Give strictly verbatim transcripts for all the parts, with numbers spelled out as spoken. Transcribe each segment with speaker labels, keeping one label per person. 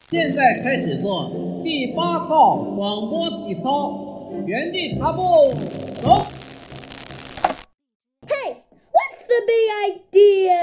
Speaker 1: 现在开始做第八套广播体操，原地踏步，走。
Speaker 2: Hey, what's the big idea?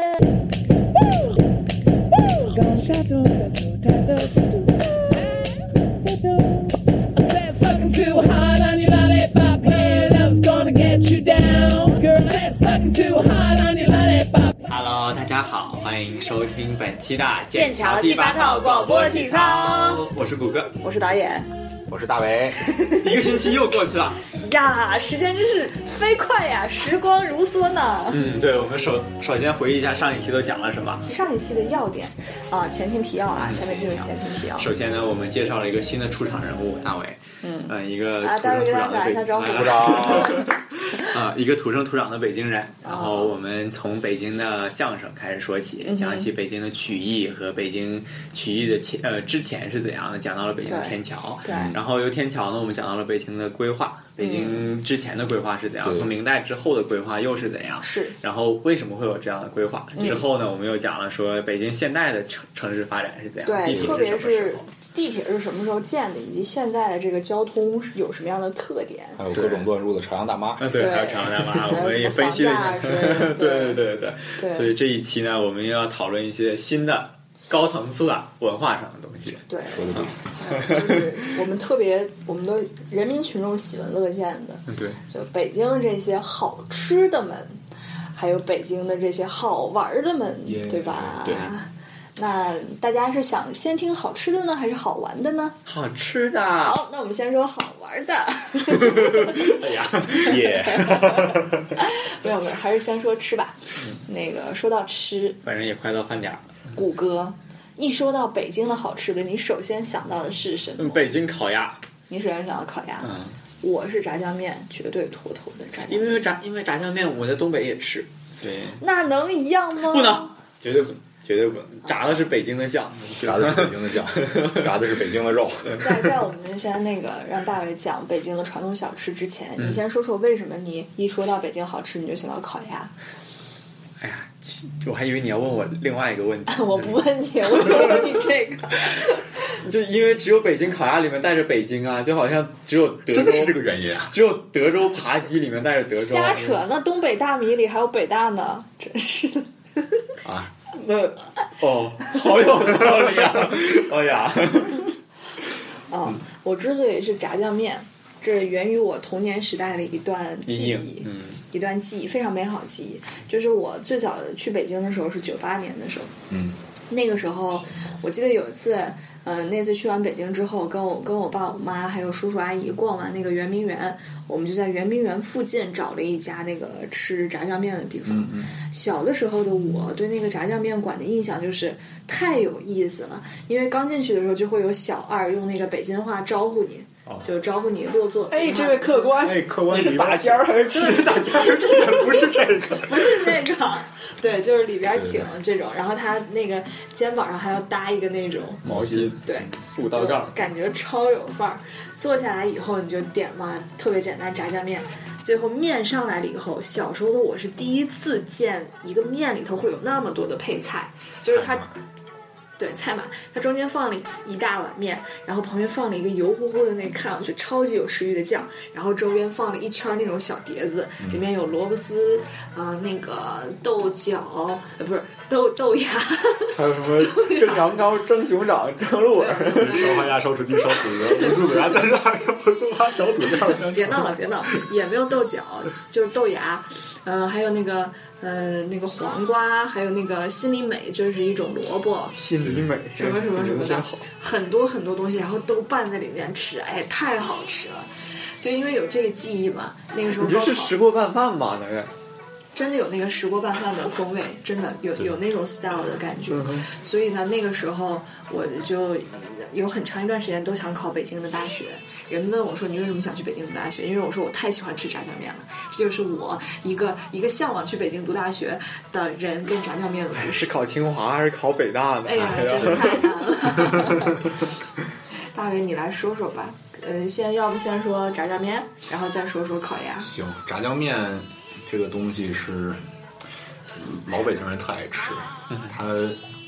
Speaker 3: Said sucking too hard on your lollipop, hey, love's gonna get you down. Girl, said sucking too hard on your lollipop.Hello， 大家好，欢迎收听本期的
Speaker 2: 剑桥第八套广播体操。
Speaker 3: 我是谷歌，
Speaker 2: 我是导演，
Speaker 4: 我是大为。
Speaker 3: 一个星期又过去了
Speaker 2: 呀，时间真是飞快呀，时光如梭呢。
Speaker 3: 嗯，对，我们首首先回忆一下上一期都讲了什么。
Speaker 2: 上一期的要点啊，前情提要啊，下面进入前情提要。
Speaker 3: 首先呢，我们介绍了一个新的出场人物，大伟。嗯嗯、呃，一个
Speaker 2: 啊，大伟给大家打一下招呼。
Speaker 4: 鼓掌。
Speaker 3: 啊，一个土生土长的北京人，然后我们从北京的相声开始说起，
Speaker 2: 嗯、
Speaker 3: 讲起北京的曲艺和北京曲艺的前呃之前是怎样的，讲到了北京的天桥，
Speaker 2: 对，
Speaker 3: 然后由天桥呢，我们讲到了北京的规划，北京之前的规划是怎样，从明代之后的规划又是怎样，
Speaker 2: 是，
Speaker 3: 然后为什么会有这样的规划？之后呢，我们又讲了说北京现代的城城市发展是怎样，
Speaker 2: 对，
Speaker 3: 地铁
Speaker 2: 特别
Speaker 3: 是
Speaker 2: 地铁是什么时候建的，以及现在的这个交通有什么样的特点，
Speaker 4: 还有各种乱入的朝阳大妈，
Speaker 3: 啊，对，还有朝阳大妈，我们也分析了一下，对对对对对，所以这一期呢，我们又要讨论一些新的高层次的文化上的东西。
Speaker 2: 对，
Speaker 4: 说的对，
Speaker 2: 就是我们特别，我们的人民群众喜闻乐见的，
Speaker 3: 对，
Speaker 2: 就北京的这些好吃的们，还有北京的这些好玩的们，
Speaker 4: yeah,
Speaker 2: 对吧？
Speaker 4: 对。
Speaker 2: 那大家是想先听好吃的呢，还是好玩的呢？
Speaker 3: 好吃的。
Speaker 2: 好，那我们先说好玩的。
Speaker 3: 哎呀，
Speaker 4: 耶！
Speaker 2: 没有没有，还是先说吃吧。嗯、那个说到吃，
Speaker 3: 反正也快到饭点了。
Speaker 2: 谷歌，一说到北京的好吃的，你首先想到的是什么？
Speaker 3: 北京烤鸭。
Speaker 2: 你首先想到烤鸭。
Speaker 3: 嗯。
Speaker 2: 我是炸酱面，绝对妥妥的炸酱面。
Speaker 3: 因为炸，因为炸酱面我在东北也吃，所以。
Speaker 2: 那能一样吗？
Speaker 3: 不能，绝对不能。绝对不能，炸的是北京的酱，
Speaker 4: 炸的是北京的酱，炸的是北京的肉。
Speaker 2: 在在我们先那个让大伟讲北京的传统小吃之前，嗯、你先说说为什么你一说到北京好吃你就想到烤鸭？
Speaker 3: 哎呀，我还以为你要问我另外一个问题。
Speaker 2: 我不问你，我就问你这个。
Speaker 3: 就因为只有北京烤鸭里面带着北京啊，就好像只有德州，
Speaker 4: 真的是这个原因啊！
Speaker 3: 只有德州扒鸡里面带着德州。
Speaker 2: 瞎扯！那东北大米里还有北大呢，真是的。
Speaker 4: 啊。
Speaker 3: 那哦，好有道理啊！哎呀，
Speaker 2: 哦，我之所以是炸酱面，这源于我童年时代的一段记忆，
Speaker 3: 嗯，
Speaker 2: 一段记忆非常美好的记忆。就是我最早去北京的时候是九八年的时候，
Speaker 4: 嗯，
Speaker 2: 那个时候我记得有一次，呃，那次去完北京之后，跟我跟我爸我妈还有叔叔阿姨逛完那个圆明园，我们就在圆明园附近找了一家那个吃炸酱面的地方。
Speaker 4: 嗯嗯、
Speaker 2: 小的时候的我对那个炸酱面馆的印象就是太有意思了，因为刚进去的时候就会有小二用那个北京话招呼你。就招呼你落座。
Speaker 3: 哎，这位客官，
Speaker 4: 哎，客官，
Speaker 3: 你是打尖儿还是吃打尖儿？这个不是这个，
Speaker 2: 不是这个，对，就是里边请这种，然后他那个肩膀上还要搭一个那种
Speaker 3: 毛巾，
Speaker 2: 对，
Speaker 3: 五道杠，
Speaker 2: 感觉超有范儿。坐下来以后你就点嘛，特别简单炸酱面。最后面上来了以后，小时候的我是第一次见一个面里头会有那么多的配菜，就是它。对，菜码，它中间放了一大碗面，然后旁边放了一个油乎乎的那看上去超级有食欲的酱，然后周边放了一圈那种小碟子，里面有萝卜丝啊、呃，那个豆角，呃，不是豆豆芽，
Speaker 3: 还有什么蒸羊羔、蒸熊掌、蒸鹿耳、
Speaker 4: 烧花鸭、烧雏鸡、烧土鹅、卤猪鹅，在那个松花小肚料。
Speaker 2: 别闹了，别闹了，也没有豆角，就是豆芽，呃，还有那个。呃，那个黄瓜，还有那个心里美，就是一种萝卜。
Speaker 3: 心里美，
Speaker 2: 什么什么什么的，很多很多东西，然后都拌在里面吃，哎，太好吃了。就因为有这个记忆嘛，那个时候
Speaker 3: 你这是石锅拌饭吧？那个
Speaker 2: 真的有那个石锅拌饭的风味，真的有有那种 style 的感觉。所以呢，那个时候我就有很长一段时间都想考北京的大学。人们问我说：“你为什么想去北京读大学？”因为我说我太喜欢吃炸酱面了，这就是我一个一个向往去北京读大学的人跟炸酱面的故事。
Speaker 3: 是考清华还是考北大呢？
Speaker 2: 哎呀，真是太难了！大伟，你来说说吧。呃，先要不先说炸酱面，然后再说说烤鸭。
Speaker 4: 行，炸酱面这个东西是老北京人特爱吃，它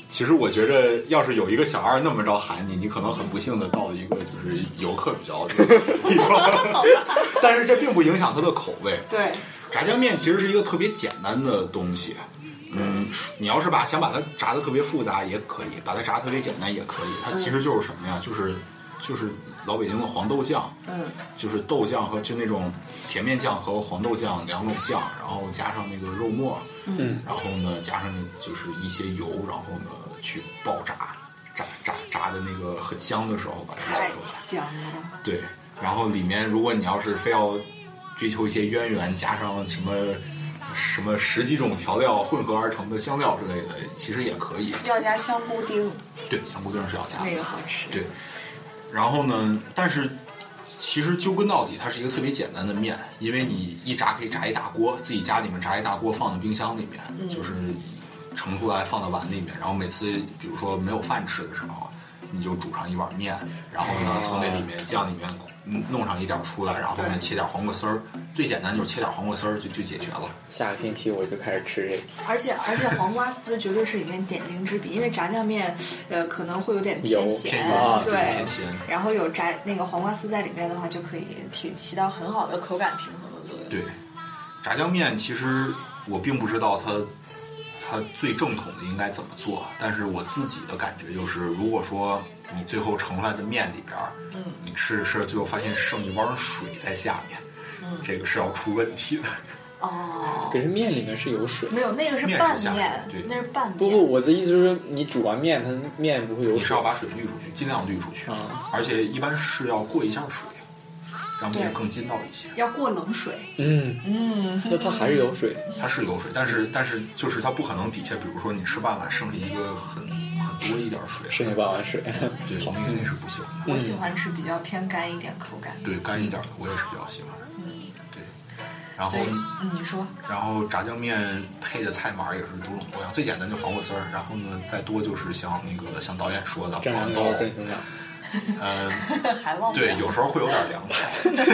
Speaker 4: 其实我觉着，要是有一个小二那么着喊你，你可能很不幸的到了一个就是游客比较多的地方。但是这并不影响它的口味。
Speaker 2: 对，
Speaker 4: 炸酱面其实是一个特别简单的东西。嗯，你要是把想把它炸的特别复杂也可以，把它炸得特别简单也可以。它其实就是什么呀？就是就是老北京的黄豆酱，
Speaker 2: 嗯，就是
Speaker 4: 豆酱和就那种甜面酱和黄豆酱两种酱，然后加上那个肉末，
Speaker 2: 嗯，
Speaker 4: 然后呢加上就是一些油，然后呢去爆炸，炸炸炸的那个很香的时候把它
Speaker 2: 太香了。
Speaker 4: 对，然后里面如果你要是非要追求一些渊源，加上什么什么十几种调料混合而成的香料之类的，其实也可以。
Speaker 2: 要加香菇丁，
Speaker 4: 对，香菇丁是要加的，
Speaker 2: 那个好吃。
Speaker 4: 对。然后呢？但是其实究根到底，它是一个特别简单的面，因为你一炸可以炸一大锅，自己家里面炸一大锅放在冰箱里面，
Speaker 2: 嗯、
Speaker 4: 就是盛出来放到碗里面，然后每次比如说没有饭吃的时候，你就煮上一碗面，然后呢从那里面酱里面弄上一点出来，然后呢切点黄瓜丝儿，最简单就是切点黄瓜丝儿就就解决了。
Speaker 3: 下个星期我就开始吃这个。
Speaker 2: 而且而且黄瓜丝绝对是里面点睛之笔，因为炸酱面呃可能会有点偏咸，
Speaker 3: 啊、
Speaker 2: 对，
Speaker 4: 偏咸。
Speaker 2: 然后有炸那个黄瓜丝在里面的话，就可以挺起到很好的口感平衡的作用。
Speaker 4: 对，炸酱面其实我并不知道它它最正统的应该怎么做，但是我自己的感觉就是，如果说你最后盛出来的面里边，嗯，你吃着吃着最后发现剩一汪水在下面，嗯，这个是要出问题的。
Speaker 2: 哦，
Speaker 3: 可是面里面是有水，
Speaker 2: 没有那个是拌
Speaker 4: 面，
Speaker 2: 面
Speaker 4: 对，
Speaker 2: 那是拌面。
Speaker 3: 不不，我的意思是说，你煮完面，它面不会有水。
Speaker 4: 你是要把水滤出去，尽量滤出去，
Speaker 3: 啊，
Speaker 4: 而且一般是要过一下水，让面更筋道一些。
Speaker 2: 要过冷水。
Speaker 3: 嗯
Speaker 2: 嗯，
Speaker 3: 那它还是有水，
Speaker 4: 它是有水，但是但是就是它不可能底下，比如说你吃半碗剩下一个很很多一点水，
Speaker 3: 剩下半碗水，
Speaker 4: 对，那个那是不行的。
Speaker 2: 我喜欢吃比较偏干一点口感。
Speaker 4: 对，干一点的我也是比较喜欢。然后，
Speaker 2: 嗯，你说，
Speaker 4: 然后炸酱面配的菜码也是多种多样，最简单就黄瓜丝儿，然后呢，再多就是像那个像导演说的黄豆，嗯，
Speaker 2: 还忘
Speaker 4: 对，有时候会有点凉菜，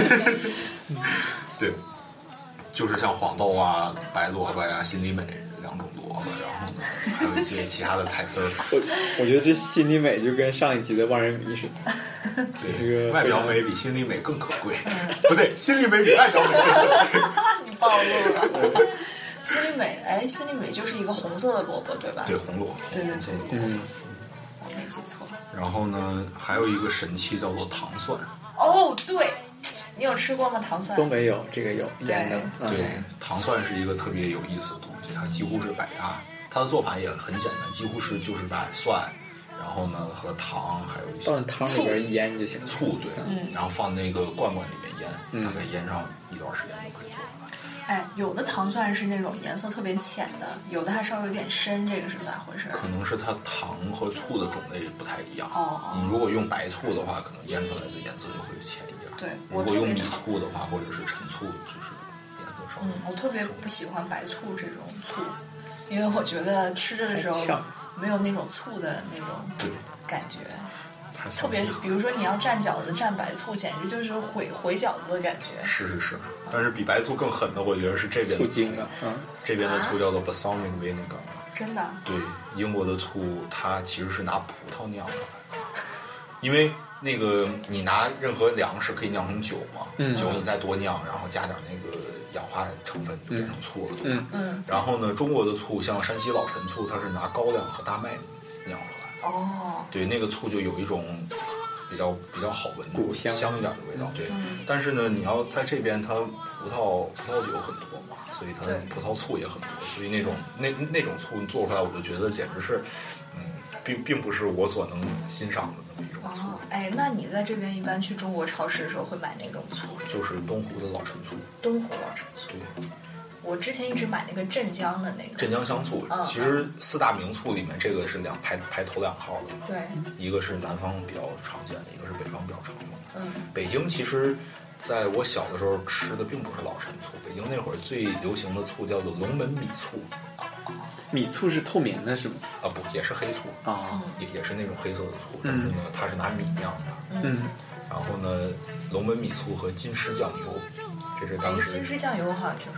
Speaker 4: 对，就是像黄豆啊、白萝卜呀、心里美两种萝卜，然后呢，还有一些其他的菜丝儿。
Speaker 3: 我我觉得这心里美就跟上一集的万人迷似的。
Speaker 4: 对，
Speaker 3: 这个
Speaker 4: 外表美比心里美更可贵，不对，心里美比外表美更可贵。
Speaker 2: 你暴露了。心里美，哎，心里美就是一个红色的萝卜，对吧？
Speaker 4: 对，红萝卜。
Speaker 2: 对对对，
Speaker 3: 嗯，
Speaker 2: 我没记错。
Speaker 4: 然后呢，还有一个神器叫做糖蒜。
Speaker 2: 哦，对，你有吃过吗？糖蒜？
Speaker 3: 东北有，这个有腌的。
Speaker 4: 对，嗯、糖蒜是一个特别有意思的东西，它几乎是百搭，它的做法也很简单，几乎是就是把蒜。然后呢，和糖还有一些
Speaker 3: 放汤里边腌就行了。
Speaker 4: 醋对，
Speaker 2: 嗯，
Speaker 4: 然后放那个罐罐里面腌，
Speaker 3: 嗯、
Speaker 4: 大概腌上一段时间就可以做出来。
Speaker 2: 哎，有的糖蒜是那种颜色特别浅的，有的还稍微有点深，这个是咋回事？
Speaker 4: 可能是它糖和醋的种类不太一样。
Speaker 2: 哦，
Speaker 4: 你如果用白醋的话，可能腌出来的颜色就会浅一点。
Speaker 2: 对，
Speaker 4: 如果用米醋的话，或者是陈醋，就是颜色稍微。
Speaker 2: 嗯，我特别不喜欢白醋这种醋，因为我觉得吃着的时候没有那种醋的那种感觉。特别比如说你要蘸饺子蘸白醋，简直就是毁毁饺子的感觉。
Speaker 4: 是是是，但是比白醋更狠的，我觉得是这边的
Speaker 3: 醋精啊，嗯，
Speaker 4: 这边的醋叫做 balsamic vinegar。
Speaker 2: 真的？
Speaker 4: 对，英国的醋它其实是拿葡萄酿的，因为那个你拿任何粮食可以酿成酒嘛，
Speaker 3: 嗯，
Speaker 4: 酒你再多酿，然后加点那个氧化成分就变成醋了，对吧？
Speaker 2: 嗯。
Speaker 4: 然后呢，中国的醋像山西老陈醋，它是拿高粱和大麦酿出来的。
Speaker 2: 哦，
Speaker 4: 对，那个醋就有一种比较比较好闻、
Speaker 3: 古香
Speaker 4: 香一点的味道。对，
Speaker 2: 嗯、
Speaker 4: 但是呢，你要在这边，它葡萄葡萄酒很多嘛，所以它葡萄醋也很多，所以那种那那种醋做出来，我就觉得简直是，嗯，并并不是我所能欣赏的那么一种醋。
Speaker 2: 哦，哎，那你在这边一般去中国超市的时候会买哪种醋？
Speaker 4: 就是东湖的老陈醋。
Speaker 2: 东湖老陈醋。
Speaker 4: 对。
Speaker 2: 我之前一直买那个镇江的那个
Speaker 4: 镇江香醋，
Speaker 2: 嗯、
Speaker 4: 其实四大名醋里面这个是两排排头两号的。
Speaker 2: 对，
Speaker 4: 一个是南方比较常见的，一个是北方比较常用的。
Speaker 2: 嗯，
Speaker 4: 北京其实在我小的时候吃的并不是老陈醋，北京那会儿最流行的醋叫做龙门米醋。
Speaker 3: 米醋是透明的是吗？
Speaker 4: 啊不，也是黑醋
Speaker 3: 啊，
Speaker 4: 也也是那种黑色的醋，但是呢，它是拿米酿的。
Speaker 3: 嗯，
Speaker 4: 然后呢，龙门米醋和金狮酱油。这是当时
Speaker 2: 金狮酱油我好像听说过，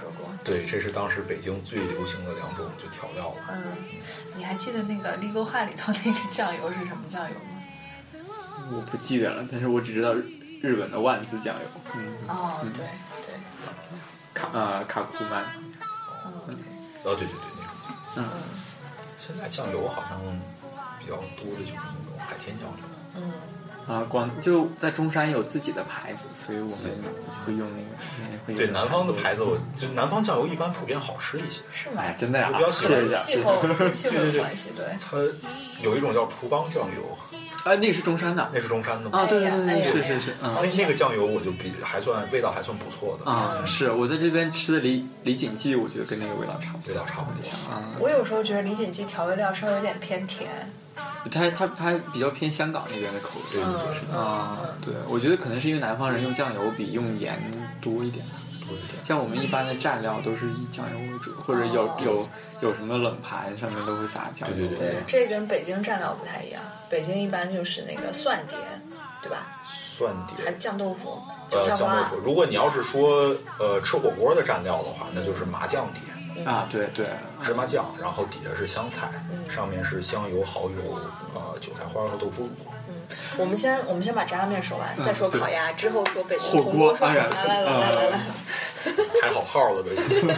Speaker 4: 对，这是当时北京最流行的两种就调料了。
Speaker 2: 嗯，你还记得那个《利沟汉》里头那个酱油是什么酱油吗？
Speaker 3: 我不记得了，但是我只知道日本的万字酱油。嗯，
Speaker 2: 哦，对对，
Speaker 3: 卡呃卡库曼。
Speaker 2: 嗯，
Speaker 4: 哦，对对对，那种。
Speaker 3: 嗯，
Speaker 4: 现在酱油好像比较多的就是那种海天酱油。
Speaker 2: 嗯。
Speaker 3: 啊，广就在中山有自己的牌子，所以我们会用那个。会
Speaker 4: 对南方的牌子，我就南方酱油一般普遍好吃一些。
Speaker 2: 是吗？
Speaker 3: 哎，真的呀，
Speaker 4: 比较喜
Speaker 3: 欢
Speaker 2: 气候气候的关系，对。
Speaker 4: 它有一种叫厨邦酱油。
Speaker 3: 啊，那个是中山的，
Speaker 4: 那是中山的吗？
Speaker 3: 啊，对对对对，是是是，
Speaker 4: 嗯，那个酱油我就比还算味道还算不错的
Speaker 3: 啊。是我在这边吃的李李锦记，我觉得跟那个味道差不多，
Speaker 4: 味道差不多
Speaker 3: 啊。
Speaker 2: 我有时候觉得李锦记调味料稍微有点偏甜，
Speaker 3: 它它它比较偏香港那边的口味，
Speaker 2: 嗯
Speaker 3: 啊，对，我觉得可能是因为南方人用酱油比用盐多一点。像我们一般的蘸料都是以酱油为主，或者有有有什么冷盘上面都会撒酱油。
Speaker 4: 对对对，
Speaker 2: 这跟北京蘸料不太一样。北京一般就是那个蒜碟，对吧？
Speaker 4: 蒜碟
Speaker 2: 还酱豆腐、
Speaker 4: 呃酱豆腐。如果你要是说呃吃火锅的蘸料的话，那就是麻酱碟。
Speaker 2: 嗯、
Speaker 3: 啊，对对，
Speaker 4: 芝麻酱，然后底下是香菜，
Speaker 2: 嗯、
Speaker 4: 上面是香油、蚝油、呃韭菜花和豆腐乳。
Speaker 2: 嗯，我们先我们先把炸酱面说完，嗯、再说烤鸭，之后说北京
Speaker 3: 火锅。
Speaker 2: 说来来来来来来，
Speaker 4: 排好号了都已经。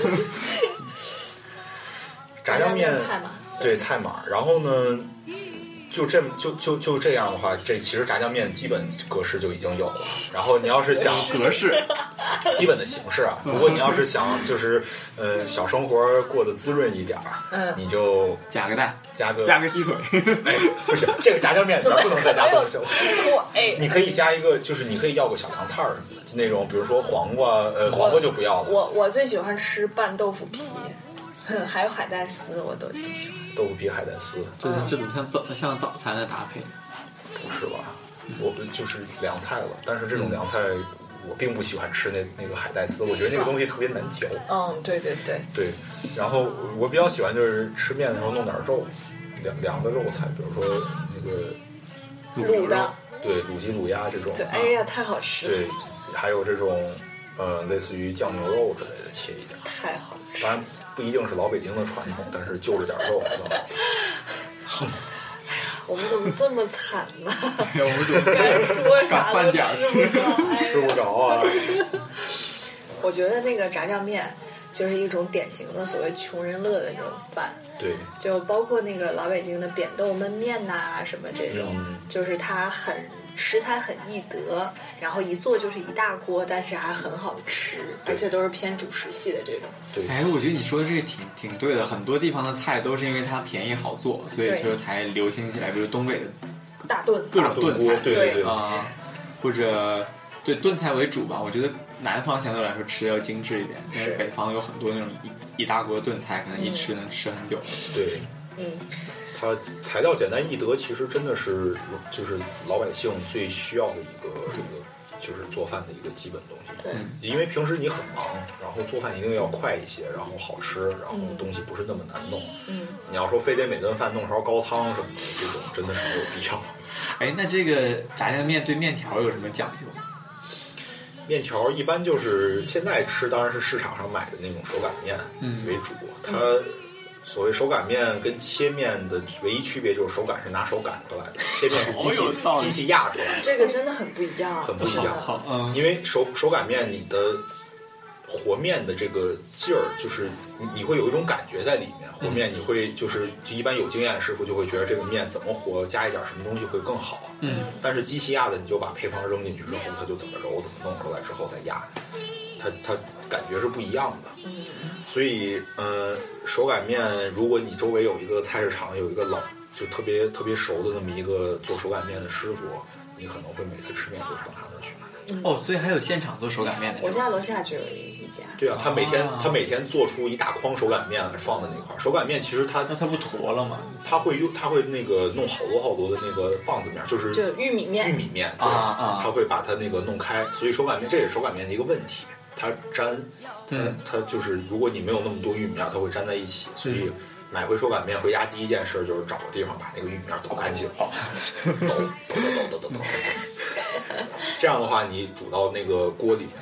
Speaker 4: 炸酱面
Speaker 2: 菜码，
Speaker 4: 对菜码，然后呢？就这就就就这样的话，这其实炸酱面基本格式就已经有了。然后你要是想
Speaker 3: 格式，
Speaker 4: 基本的形式啊，如果你要是想就是呃小生活过得滋润一点，
Speaker 2: 嗯，
Speaker 4: 你就
Speaker 3: 加个蛋，
Speaker 4: 加个
Speaker 3: 加个鸡腿。
Speaker 4: 哎，不行，这个炸酱面里边不能再加东西了。
Speaker 2: 哎，
Speaker 4: 你可以加一个，就是你可以要个小凉菜儿什么的，那种比如说黄瓜，呃，黄瓜就不要了。
Speaker 2: 我我最喜欢吃拌豆腐皮。还有海带丝，我都挺喜欢。
Speaker 4: 豆腐皮、海带丝，
Speaker 3: 这这怎么像早像早餐的搭配？
Speaker 4: 不是吧？我就是凉菜了，但是这种凉菜我并不喜欢吃那那个海带丝，我觉得那个东西特别难嚼。
Speaker 2: 嗯，对对对
Speaker 4: 对。然后我比较喜欢就是吃面的时候弄点肉，凉凉的肉菜，比如说那个
Speaker 2: 卤的，
Speaker 4: 对，卤鸡、卤鸭这种。
Speaker 2: 对，哎呀，太好吃了。
Speaker 4: 对，还有这种呃，类似于酱牛肉之类的，切一点，
Speaker 2: 太好吃。
Speaker 4: 当然。不一定是老北京的传统，但是就着点肉
Speaker 2: 好。我们怎么这么惨呢？
Speaker 3: 哎呀，我怎么
Speaker 2: 该说啥
Speaker 3: 饭点
Speaker 2: 吃不着，
Speaker 4: 吃不着啊！
Speaker 2: 我觉得那个炸酱面就是一种典型的所谓穷人乐的这种饭。
Speaker 4: 对，
Speaker 2: 就包括那个老北京的扁豆焖面呐、啊，什么这种，
Speaker 4: 嗯、
Speaker 2: 就是它很食材很易得，然后一做就是一大锅，但是还很好吃，而且都是偏主食系的这种。
Speaker 4: 对，
Speaker 3: 哎，我觉得你说的这个挺挺对的，很多地方的菜都是因为它便宜好做，所以说才流行起来。比如东北的
Speaker 2: 大炖、
Speaker 3: 各种炖菜，
Speaker 4: 对对对
Speaker 3: 啊、呃，或者对炖菜为主吧。我觉得南方相对来说吃的要精致一点，但是北方有很多那种一一大锅炖菜，可能一吃能吃很久。
Speaker 4: 对，
Speaker 2: 嗯。
Speaker 4: 它材料简单易得，其实真的是就是老百姓最需要的一个这个就是做饭的一个基本东西。
Speaker 2: 对，
Speaker 4: 因为平时你很忙，然后做饭一定要快一些，然后好吃，然后东西不是那么难弄。
Speaker 2: 嗯，
Speaker 4: 你要说非得每顿饭弄勺高汤什么的，这种真的是没有必要。
Speaker 3: 哎，那这个炸酱面对面条有什么讲究吗？
Speaker 4: 面条一般就是现在吃，当然是市场上买的那种手擀面为主。嗯、它所谓手擀面跟切面的唯一区别就是手擀是拿手擀出来的，切面是机器机器压出来的。
Speaker 2: 这个真的很不一样，
Speaker 4: 很不一样。
Speaker 3: 嗯，
Speaker 4: 因为手手擀面你的和面的这个劲儿，就是你会有一种感觉在里面。和面你会就是一般有经验的师傅就会觉得这个面怎么和，加一点什么东西会更好。
Speaker 3: 嗯，
Speaker 4: 但是机器压的，你就把配方扔进去之后，它就怎么揉怎么弄出来之后再压，它它感觉是不一样的。
Speaker 2: 嗯，
Speaker 4: 所以呃，手擀面如果你周围有一个菜市场有一个老就特别特别熟的那么一个做手擀面的师傅，你可能会每次吃面都上他那去买。
Speaker 3: 哦，所以还有现场做手擀面的。
Speaker 2: 我家楼下就有一家。
Speaker 4: 对啊，他每天、
Speaker 3: 啊、
Speaker 4: 他每天做出一大筐手擀面来放在那块儿。手擀面其实它
Speaker 3: 那它不坨了吗？
Speaker 4: 他会用他会那个弄好多好多的那个棒子面，就是
Speaker 2: 就玉米面。
Speaker 4: 玉米面对
Speaker 3: 啊啊，
Speaker 4: 他会把它那个弄开，所以手擀面这也是手擀面的一个问题，它粘，
Speaker 3: 嗯，
Speaker 4: 它就是如果你没有那么多玉米面，它会粘在一起，所以。买回手擀面回家第一件事就是找个地方把那个玉米面抖干净，抖抖抖抖抖抖抖抖。这样的话，你煮到那个锅里面，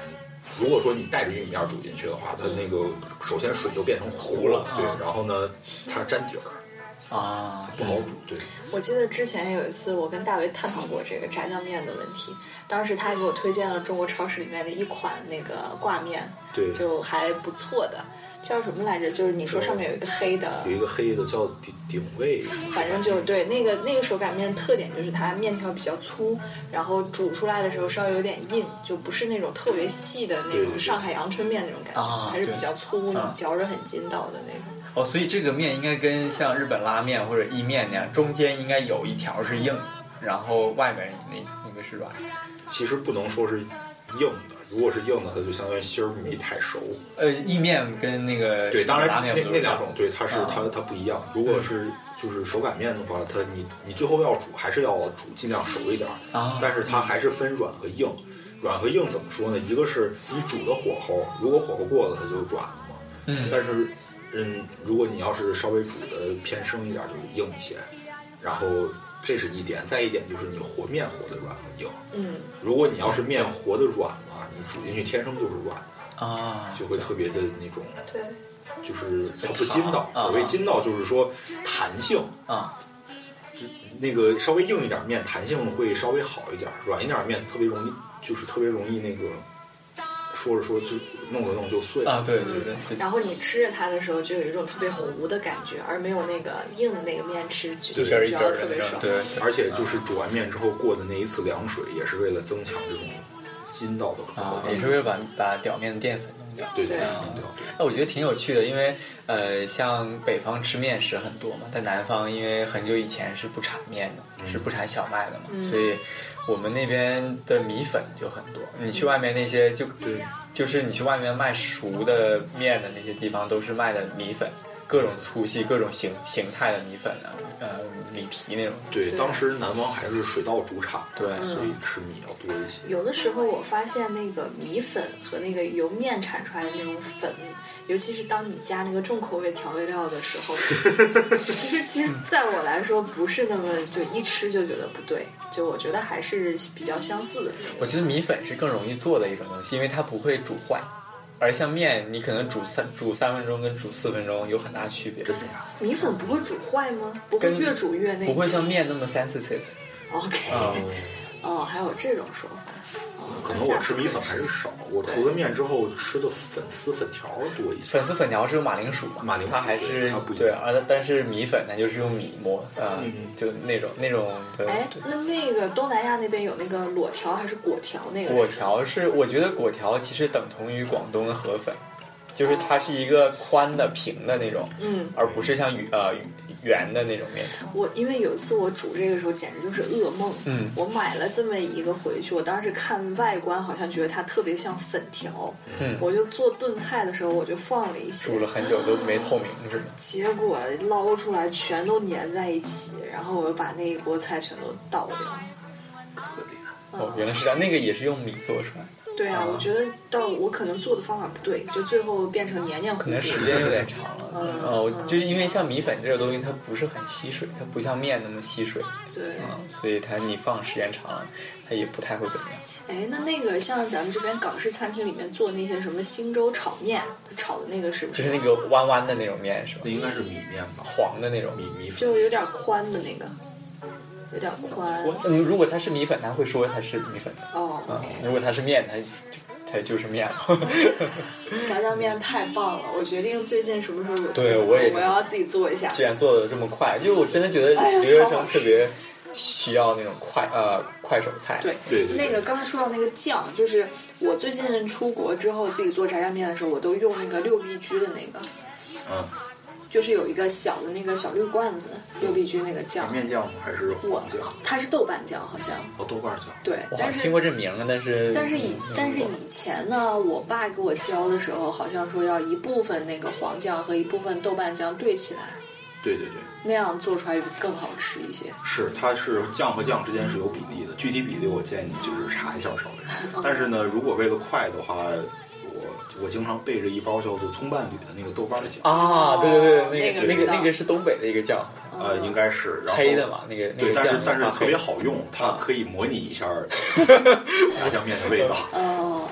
Speaker 4: 如果说你带着玉米面煮进去的话，它那个首先水就变成糊了，对，然后呢它粘底儿
Speaker 3: 啊，
Speaker 4: 不好煮。对，
Speaker 2: 我记得之前有一次我跟大为探讨过这个炸酱面的问题，当时他给我推荐了中国超市里面的一款那个挂面，
Speaker 4: 对，
Speaker 2: 就还不错的。叫什么来着？就是你说上面有一个黑的，
Speaker 4: 有一个黑的叫鼎鼎味，
Speaker 2: 反正就对那个那个手擀面特点就是它面条比较粗，然后煮出来的时候稍微有点硬，就不是那种特别细的那种上海阳春面那种感觉，
Speaker 3: 啊、
Speaker 2: 还是比较粗，你嚼着很筋道的那种。
Speaker 3: 哦，所以这个面应该跟像日本拉面或者意面那样，中间应该有一条是硬，然后外面那那个是软。
Speaker 4: 其实不能说是硬的。如果是硬的，它就相当于芯儿没太熟。
Speaker 3: 呃，意面跟那个
Speaker 4: 对，当然
Speaker 3: 拉面
Speaker 4: 那那两种，对，它是、
Speaker 3: 啊、
Speaker 4: 它它不一样。如果是就是手擀面的话，它你你最后要煮还是要煮尽量熟一点
Speaker 3: 啊，
Speaker 4: 但是它还是分软和硬。软和硬怎么说呢？一个是你煮的火候，如果火候过了，它就软了嘛。
Speaker 3: 嗯，
Speaker 4: 但是嗯，如果你要是稍微煮的偏生一点，就硬一些。然后这是一点，再一点就是你和面和的软和硬。
Speaker 2: 嗯，
Speaker 4: 如果你要是面和的软了，你煮进去天生就是软的
Speaker 3: 啊，
Speaker 4: 就会特别的那种，
Speaker 2: 对，
Speaker 4: 就是它不筋道。所谓筋道就是说弹性
Speaker 3: 啊，
Speaker 4: 就那个稍微硬一点面弹性会稍微好一点，软一点面特别容易，就是特别容易那个说着说就弄着弄就碎
Speaker 3: 啊，对对对对。
Speaker 2: 然后你吃着它的时候就有一种特别糊的感觉，而没有那个硬的那个面吃
Speaker 3: 就
Speaker 2: 嚼得特别爽。
Speaker 3: 对，
Speaker 4: 而且就是煮完面之后过的那一次凉水，也是为了增强这种筋道的口感，
Speaker 3: 也是为了把把表面的淀粉弄掉。
Speaker 4: 对对对。
Speaker 3: 那我觉得挺有趣的，因为呃，像北方吃面食很多嘛，在南方因为很久以前是不产面的，
Speaker 4: 嗯、
Speaker 3: 是不产小麦的嘛，
Speaker 2: 嗯、
Speaker 3: 所以我们那边的米粉就很多。你去外面那些就
Speaker 4: 对，
Speaker 3: 就是你去外面卖熟的面的那些地方，都是卖的米粉。各种粗细、各种形形态的米粉啊，呃，米皮那种。
Speaker 4: 对，当时南方还是水稻主场，
Speaker 3: 对，
Speaker 4: 所以吃米要多一些。
Speaker 2: 有的时候我发现那个米粉和那个由面产出来的那种粉，尤其是当你加那个重口味调味料的时候，其实其实在我来说不是那么就一吃就觉得不对，就我觉得还是比较相似的。
Speaker 3: 我觉得米粉是更容易做的一种东西，因为它不会煮坏。而像面，你可能煮三煮三分钟跟煮四分钟有很大区别。
Speaker 4: 真的呀？
Speaker 2: 米粉不会煮坏吗？不会越煮越那个？
Speaker 3: 不会像面那么 sensitive。
Speaker 2: OK。
Speaker 3: 哦，
Speaker 2: 哦，还有这种说法。
Speaker 4: 可能我吃米粉还是少，我除了面之后吃的粉丝粉条多一些。
Speaker 3: 粉丝粉条是用马铃薯嘛？
Speaker 4: 马铃薯
Speaker 3: 它还是对，而但是米粉它就是用米磨，呃，嗯、就那种那种的。
Speaker 2: 哎，那那个东南亚那边有那个裸条还是果条那个？
Speaker 3: 果条是，我觉得果条其实等同于广东的河粉，就是它是一个宽的平的那种，
Speaker 2: 嗯，
Speaker 3: 而不是像呃圆的那种面条。
Speaker 2: 我因为有一次我煮这个时候简直就是噩梦，
Speaker 3: 嗯，
Speaker 2: 我买了这么一个回去，我当时看外观好像觉得它特别像粉条，
Speaker 3: 嗯，
Speaker 2: 我就做炖菜的时候我就放了一些，
Speaker 3: 煮了很久都没透明是吗？
Speaker 2: 结果捞出来全都粘在一起，然后我又把那一锅菜全都倒掉。
Speaker 4: 可怜。
Speaker 3: 哦，原来是这样，那个也是用米做出来的。
Speaker 2: 对啊，我觉得到我可能做的方法不对，就最后变成黏黏糊糊。
Speaker 3: 可能时间有点长了。
Speaker 2: 嗯，
Speaker 3: 哦，就是因为像米粉这个东西，它不是很吸水，它不像面那么吸水。
Speaker 2: 对。
Speaker 3: 嗯，所以它你放时间长了，它也不太会怎么样。
Speaker 2: 哎，那那个像咱们这边港式餐厅里面做那些什么星洲炒面，炒的那个是不是？
Speaker 3: 就是那个弯弯的那种面是吧？
Speaker 4: 那应该是米面吧，
Speaker 3: 黄的那种
Speaker 4: 米米粉，
Speaker 2: 就有点宽的那个。有点宽。
Speaker 3: 嗯，如果它是米粉，他会说它是米粉。
Speaker 2: 哦。
Speaker 3: 嗯，如果它是面，它就它就是面了。
Speaker 2: 炸酱面太棒了，我决定最近什么时候有
Speaker 3: 对我也
Speaker 2: 我要自己做一下。
Speaker 3: 既然做的这么快，就我真的觉得留学生特别需要那种快呃快手菜。
Speaker 2: 对
Speaker 4: 对对。
Speaker 2: 那个刚才说到那个酱，就是我最近出国之后自己做炸酱面的时候，我都用那个六必居的那个。
Speaker 4: 嗯。
Speaker 2: 就是有一个小的那个小绿罐子，六必居那个酱，
Speaker 4: 面酱还是黄酱？
Speaker 2: 它是豆瓣酱，好像。
Speaker 4: 哦，豆瓣酱。
Speaker 2: 对，
Speaker 3: 我好像听过这名了，但是
Speaker 2: 但是以但是以前呢，我爸给我教的时候，好像说要一部分那个黄酱和一部分豆瓣酱兑起来。
Speaker 4: 对对对。
Speaker 2: 那样做出来更好吃一些。
Speaker 4: 是，它是酱和酱之间是有比例的，具体比例我建议你就是查一下稍微。但是呢，如果为了快的话。我经常备着一包叫做葱伴侣的那个豆瓣酱
Speaker 3: 啊，对对对，那个
Speaker 2: 那
Speaker 3: 个那个是东北的一个酱，
Speaker 4: 呃，应该是
Speaker 3: 黑的嘛，那个
Speaker 4: 对，但是但是特别好用，它可以模拟一下炸酱面的味道。
Speaker 2: 哦，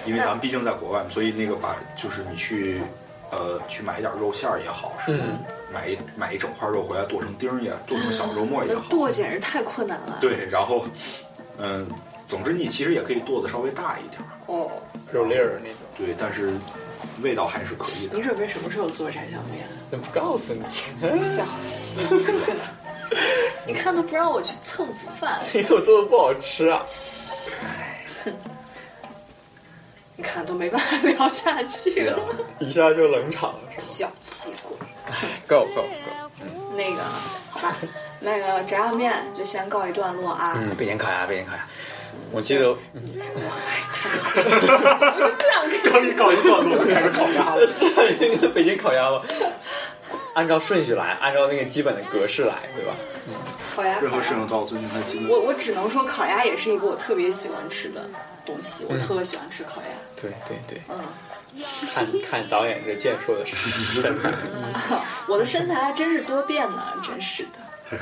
Speaker 4: 因为咱们毕竟在国外，所以那个把就是你去呃去买一点肉馅儿也好，是买一买一整块肉回来剁成丁儿也剁成小肉末也好，
Speaker 2: 剁简直太困难了。
Speaker 4: 对，然后嗯，总之你其实也可以剁的稍微大一点
Speaker 2: 哦，
Speaker 5: 肉粒儿那种。
Speaker 4: 对，但是味道还是可以的。
Speaker 2: 你准备什么时候做炸酱面？
Speaker 5: 怎么不告诉你？
Speaker 2: 小气，你看都不让我去蹭饭，
Speaker 5: 因为我做的不好吃啊。
Speaker 2: 你看都没办法聊下去了，
Speaker 5: 一下就冷场了，是吧？
Speaker 2: 小气鬼。
Speaker 5: 够够够。
Speaker 2: 嗯，那个好吧，那个炸酱面就先告一段落啊。
Speaker 5: 嗯，北京烤鸭，北京烤鸭。我记得，
Speaker 2: 嗯，太好了，我就不想跟
Speaker 4: 刚一告一段落就开始烤鸭了，
Speaker 5: 那个北京烤鸭吧。按照顺序来，按照那个基本的格式来，对吧？
Speaker 2: 嗯，烤鸭，
Speaker 4: 任何事情都要遵循它基本。
Speaker 2: 我我只能说，烤鸭也是一个我特别喜欢吃的东西，我特别喜欢吃烤鸭。
Speaker 5: 对对对，
Speaker 2: 嗯。
Speaker 5: 看看导演这健硕的身材，
Speaker 2: 啊，我的身材还真是多变呢，真是的。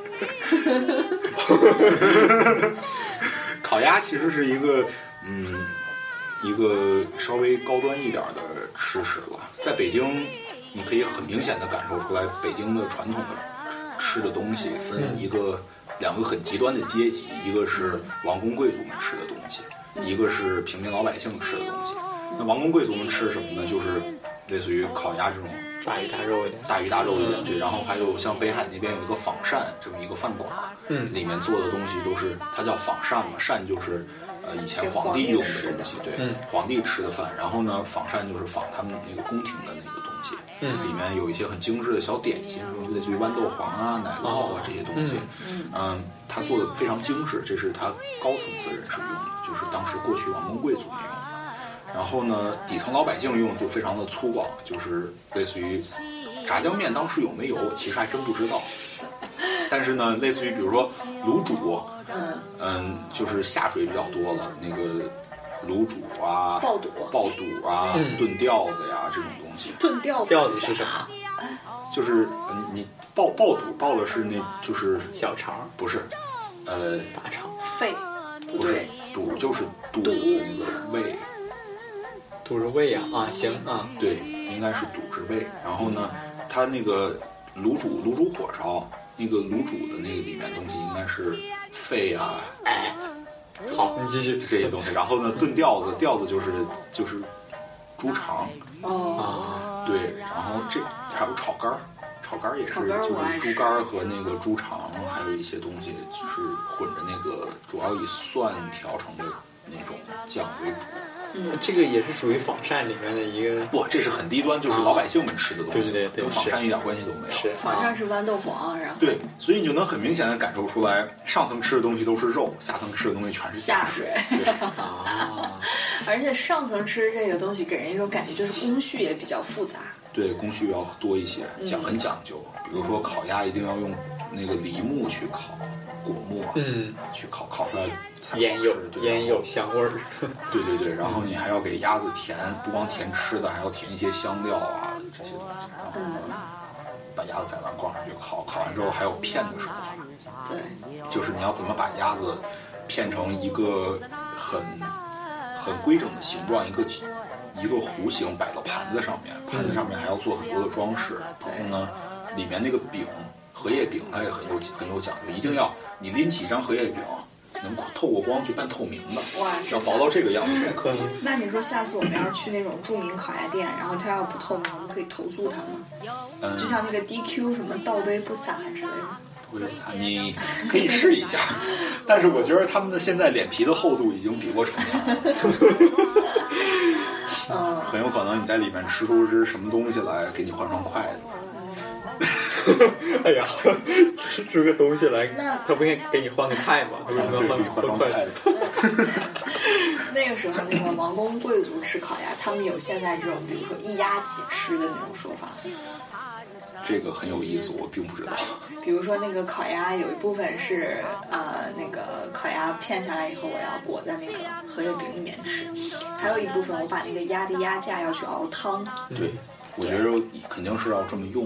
Speaker 4: 烤鸭其实是一个嗯一个稍微高端一点的吃食了，在北京你可以很明显的感受出来，北京的传统的吃的东西分一个、嗯、两个很极端的阶级，一个是王公贵族们吃的东西，一个是平民老百姓吃的东西。那王公贵族们吃什么呢？就是类似于烤鸭这种
Speaker 5: 大鱼大肉一点，
Speaker 4: 大鱼大肉一点，对。然后还有像北海那边有一个仿膳这么一个饭馆，
Speaker 5: 嗯，
Speaker 4: 里面做的东西都是它叫仿膳嘛，膳就是呃以前皇帝用的东西，对，
Speaker 5: 嗯，
Speaker 4: 皇帝吃的饭。然后呢，仿膳就是仿他们那个宫廷的那个东西，
Speaker 5: 嗯，
Speaker 4: 里面有一些很精致的小点心，类似于豌豆黄啊、奶酪啊这些东西，
Speaker 2: 嗯，
Speaker 4: 嗯，它做的非常精致，这是它高层次人士用的，就是当时过去王公贵族没有。然后呢，底层老百姓用就非常的粗犷，就是类似于炸酱面，当时有没有，其实还真不知道。但是呢，类似于比如说卤煮，
Speaker 2: 嗯
Speaker 4: 嗯，就是下水比较多了，那个卤煮啊、
Speaker 2: 爆肚、
Speaker 4: 爆肚啊、
Speaker 5: 嗯、
Speaker 4: 炖吊子呀这种东西。
Speaker 2: 炖吊子
Speaker 5: 吊子是什么？
Speaker 4: 就是你你爆爆肚爆的是那就是
Speaker 5: 小肠，
Speaker 4: 不是，呃，
Speaker 5: 大肠、
Speaker 2: 肺，
Speaker 4: 不是肚就是肚子的那个胃。
Speaker 5: 肚是胃呀、啊，啊行啊，
Speaker 4: 对，应该是肚是胃。然后呢，它那个卤煮卤煮火烧，那个卤煮的那个里面东西应该是肺啊，
Speaker 5: 哎，好，你继续
Speaker 4: 这些东西。然后呢，炖吊子，吊子就是就是猪肠，
Speaker 2: 哦，
Speaker 4: 对，然后这还有炒肝儿，炒肝儿也是就是猪肝儿和那个猪肠，还有一些东西就是混着那个，主要以蒜调成的那种酱为主。
Speaker 5: 嗯，这个也是属于仿膳里面的一个，
Speaker 4: 不，这是很低端，就是老百姓们吃的东西，
Speaker 5: 对对对，
Speaker 4: 跟仿膳一点关系都没有。
Speaker 5: 是
Speaker 2: 仿膳是豌豆黄，然后
Speaker 4: 对，所以你就能很明显的感受出来，上层吃的东西都是肉，下层吃的东西全是
Speaker 2: 下
Speaker 4: 水。
Speaker 2: 水
Speaker 5: 啊，
Speaker 2: 而且上层吃这个东西给人一种感觉，就是工序也比较复杂。
Speaker 4: 对，工序要多一些，讲很讲究。比如说烤鸭一定要用那个梨木去烤，果木啊，
Speaker 5: 嗯，
Speaker 4: 去烤，烤出来
Speaker 5: 烟有烟有香味儿。
Speaker 4: 对对对，然后你还要给鸭子填，不光填吃的，还要填一些香料啊这些东西，然后把鸭子在那挂上去烤，烤完之后还有片的手法。
Speaker 2: 对，
Speaker 4: 就是你要怎么把鸭子片成一个很很规整的形状，一个一个弧形摆到盘子上面，盘子上面还要做很多的装饰。然后呢，里面那个饼，荷叶饼它也很有很有讲究，一定要你拎起一张荷叶饼，能透过光去半透明的，
Speaker 2: 哇，
Speaker 4: 要薄到这个样子才可以。
Speaker 2: 那你说下次我们要是去那种著名烤鸭店，然后它要不透明，我们可以投诉他吗？
Speaker 4: 嗯，
Speaker 2: 就像那个 D Q 什么倒杯不洒之类的。
Speaker 4: 你可以试一下，但是我觉得他们的现在脸皮的厚度已经比过城墙了。
Speaker 2: 嗯，
Speaker 4: 很有可能你在里面吃出只什么东西来，给你换双筷子。
Speaker 5: 哎呀，吃出个东西来，他不应该给你换个菜吗？为什么要换换筷子？
Speaker 2: 那个时候，那个王公贵族吃烤鸭，他们有现在这种，比如说一鸭几吃的那种说法。
Speaker 4: 这个很有意思，我并不知道。
Speaker 2: 比如说那个烤鸭有一部分是呃那个烤鸭片下来以后，我要裹在那个荷叶饼里面吃，还有一部分我把那个鸭的鸭架要去熬汤。
Speaker 4: 对，我觉得肯定是要这么用的。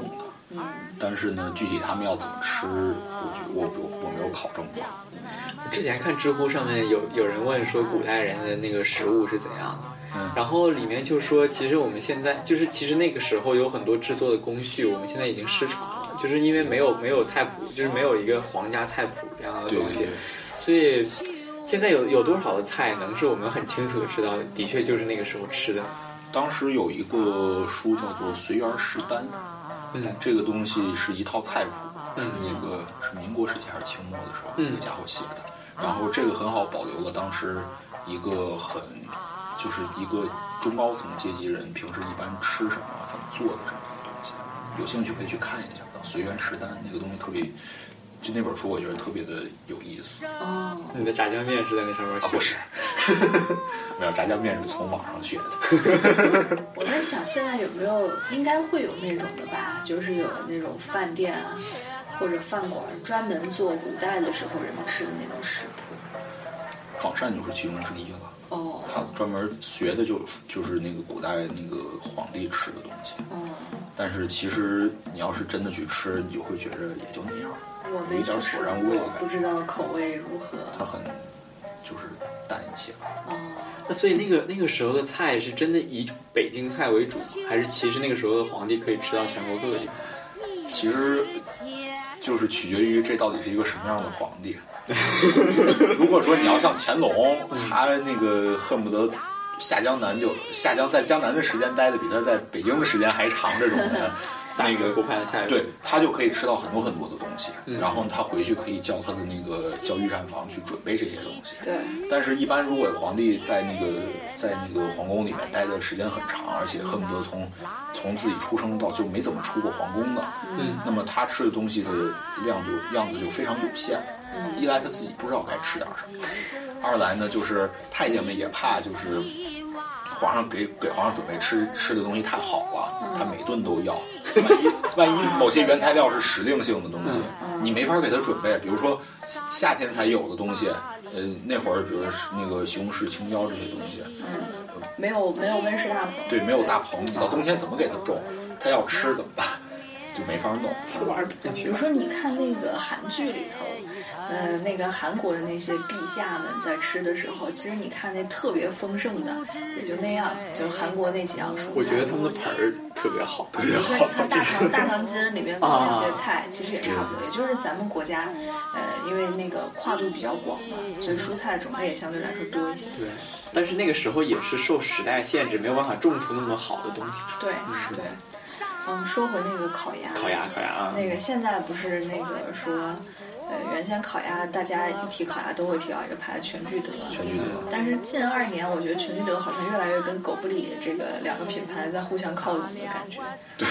Speaker 2: 嗯，
Speaker 4: 但是呢，具体他们要怎么吃，我觉我我我没有考证过。
Speaker 5: 之前看知乎上面有有人问说古代人的那个食物是怎样的，
Speaker 4: 嗯，
Speaker 5: 然后里面就说其实我们现在就是其实那个时候有很多制作的工序，我们现在已经失传了，就是因为没有没有菜谱，就是没有一个皇家菜谱这样的东西，
Speaker 4: 对对对，
Speaker 5: 所以现在有有多少的菜能是我们很清楚的知道，的确就是那个时候吃的。
Speaker 4: 当时有一个书叫做《随园食单》，
Speaker 5: 嗯，
Speaker 4: 这个东西是一套菜谱，
Speaker 5: 嗯，
Speaker 4: 是那个是民国时期还是清末的时候，
Speaker 5: 嗯，
Speaker 4: 那个家伙写的。然后这个很好保留了当时一个很就是一个中高层阶级人平时一般吃什么怎么做的这么一个东西，有兴趣可以去看一下《随园食单》，那个东西特别，就那本书我觉得特别的有意思。
Speaker 2: 哦，
Speaker 5: 你的炸酱面是在那上面学的？
Speaker 4: 啊、不是，没有，炸酱面是从网上学的。
Speaker 2: 我在想现在有没有，应该会有那种的吧，就是有那种饭店啊或者饭馆专门做古代的时候人们吃的那种食谱。
Speaker 4: 仿膳就是其中之一了。
Speaker 2: 哦，
Speaker 4: 他专门学的就就是那个古代那个皇帝吃的东西。
Speaker 2: 哦，
Speaker 4: 但是其实你要是真的去吃，你就会觉着也就那样。
Speaker 2: 我没
Speaker 4: 有一点索然无味的感觉，
Speaker 2: 不知道口味如何。
Speaker 4: 它很就是淡一些。
Speaker 2: 哦，
Speaker 5: 那所以那个那个时候的菜是真的以北京菜为主，还是其实那个时候的皇帝可以吃到全国各个地方？
Speaker 4: 其实就是取决于这到底是一个什么样的皇帝。如果说你要像乾隆，他那个恨不得下江南就下江在江南的时间待的比他在北京的时间还长，这种的，那个
Speaker 5: 湖畔的下
Speaker 4: 对他就可以吃到很多很多的东西，
Speaker 5: 嗯、
Speaker 4: 然后他回去可以叫他的那个叫御膳房去准备这些东西。
Speaker 2: 对。
Speaker 4: 但是，一般如果皇帝在那个在那个皇宫里面待的时间很长，而且恨不得从从自己出生到就没怎么出过皇宫的，
Speaker 5: 嗯，
Speaker 4: 那么他吃的东西的量就样子就非常有限。一来他自己不知道该吃点什么，二来呢就是太监们也怕就是皇上给给皇上准备吃吃的东西太好了，他每顿都要，万一万一某些原材料是时令性的东西，你没法给他准备。比如说夏天才有的东西，呃，那会儿比如说那个西红柿、青椒这些东西，
Speaker 2: 嗯，没有没有温室大棚，
Speaker 4: 对，没有大棚，你到冬天怎么给他种？他要吃怎么办？就没法弄。
Speaker 2: 比如说，你看那个韩剧里头，呃，那个韩国的那些陛下们在吃的时候，其实你看那特别丰盛的，也就那样，就韩国那几样蔬菜。
Speaker 5: 我觉得他们的盆儿特别好，
Speaker 2: 特别好。你看大唐大唐金里面做那些菜，其实也差不多，也就是咱们国家，呃，因为那个跨度比较广嘛，所以蔬菜种类也相对来说多一些。
Speaker 5: 对，但是那个时候也是受时代限制，没有办法种出那么好的东西。
Speaker 2: 对，对。嗯，说回那个烤鸭，
Speaker 5: 烤鸭，烤鸭啊，
Speaker 2: 那个现在不是那个说，呃，原先烤鸭大家一提烤鸭都会提到一个牌子全聚德，
Speaker 4: 全聚德。
Speaker 2: 但是近二年，我觉得全聚德好像越来越跟狗不理这个两个品牌在互相靠拢的感觉。
Speaker 4: 对，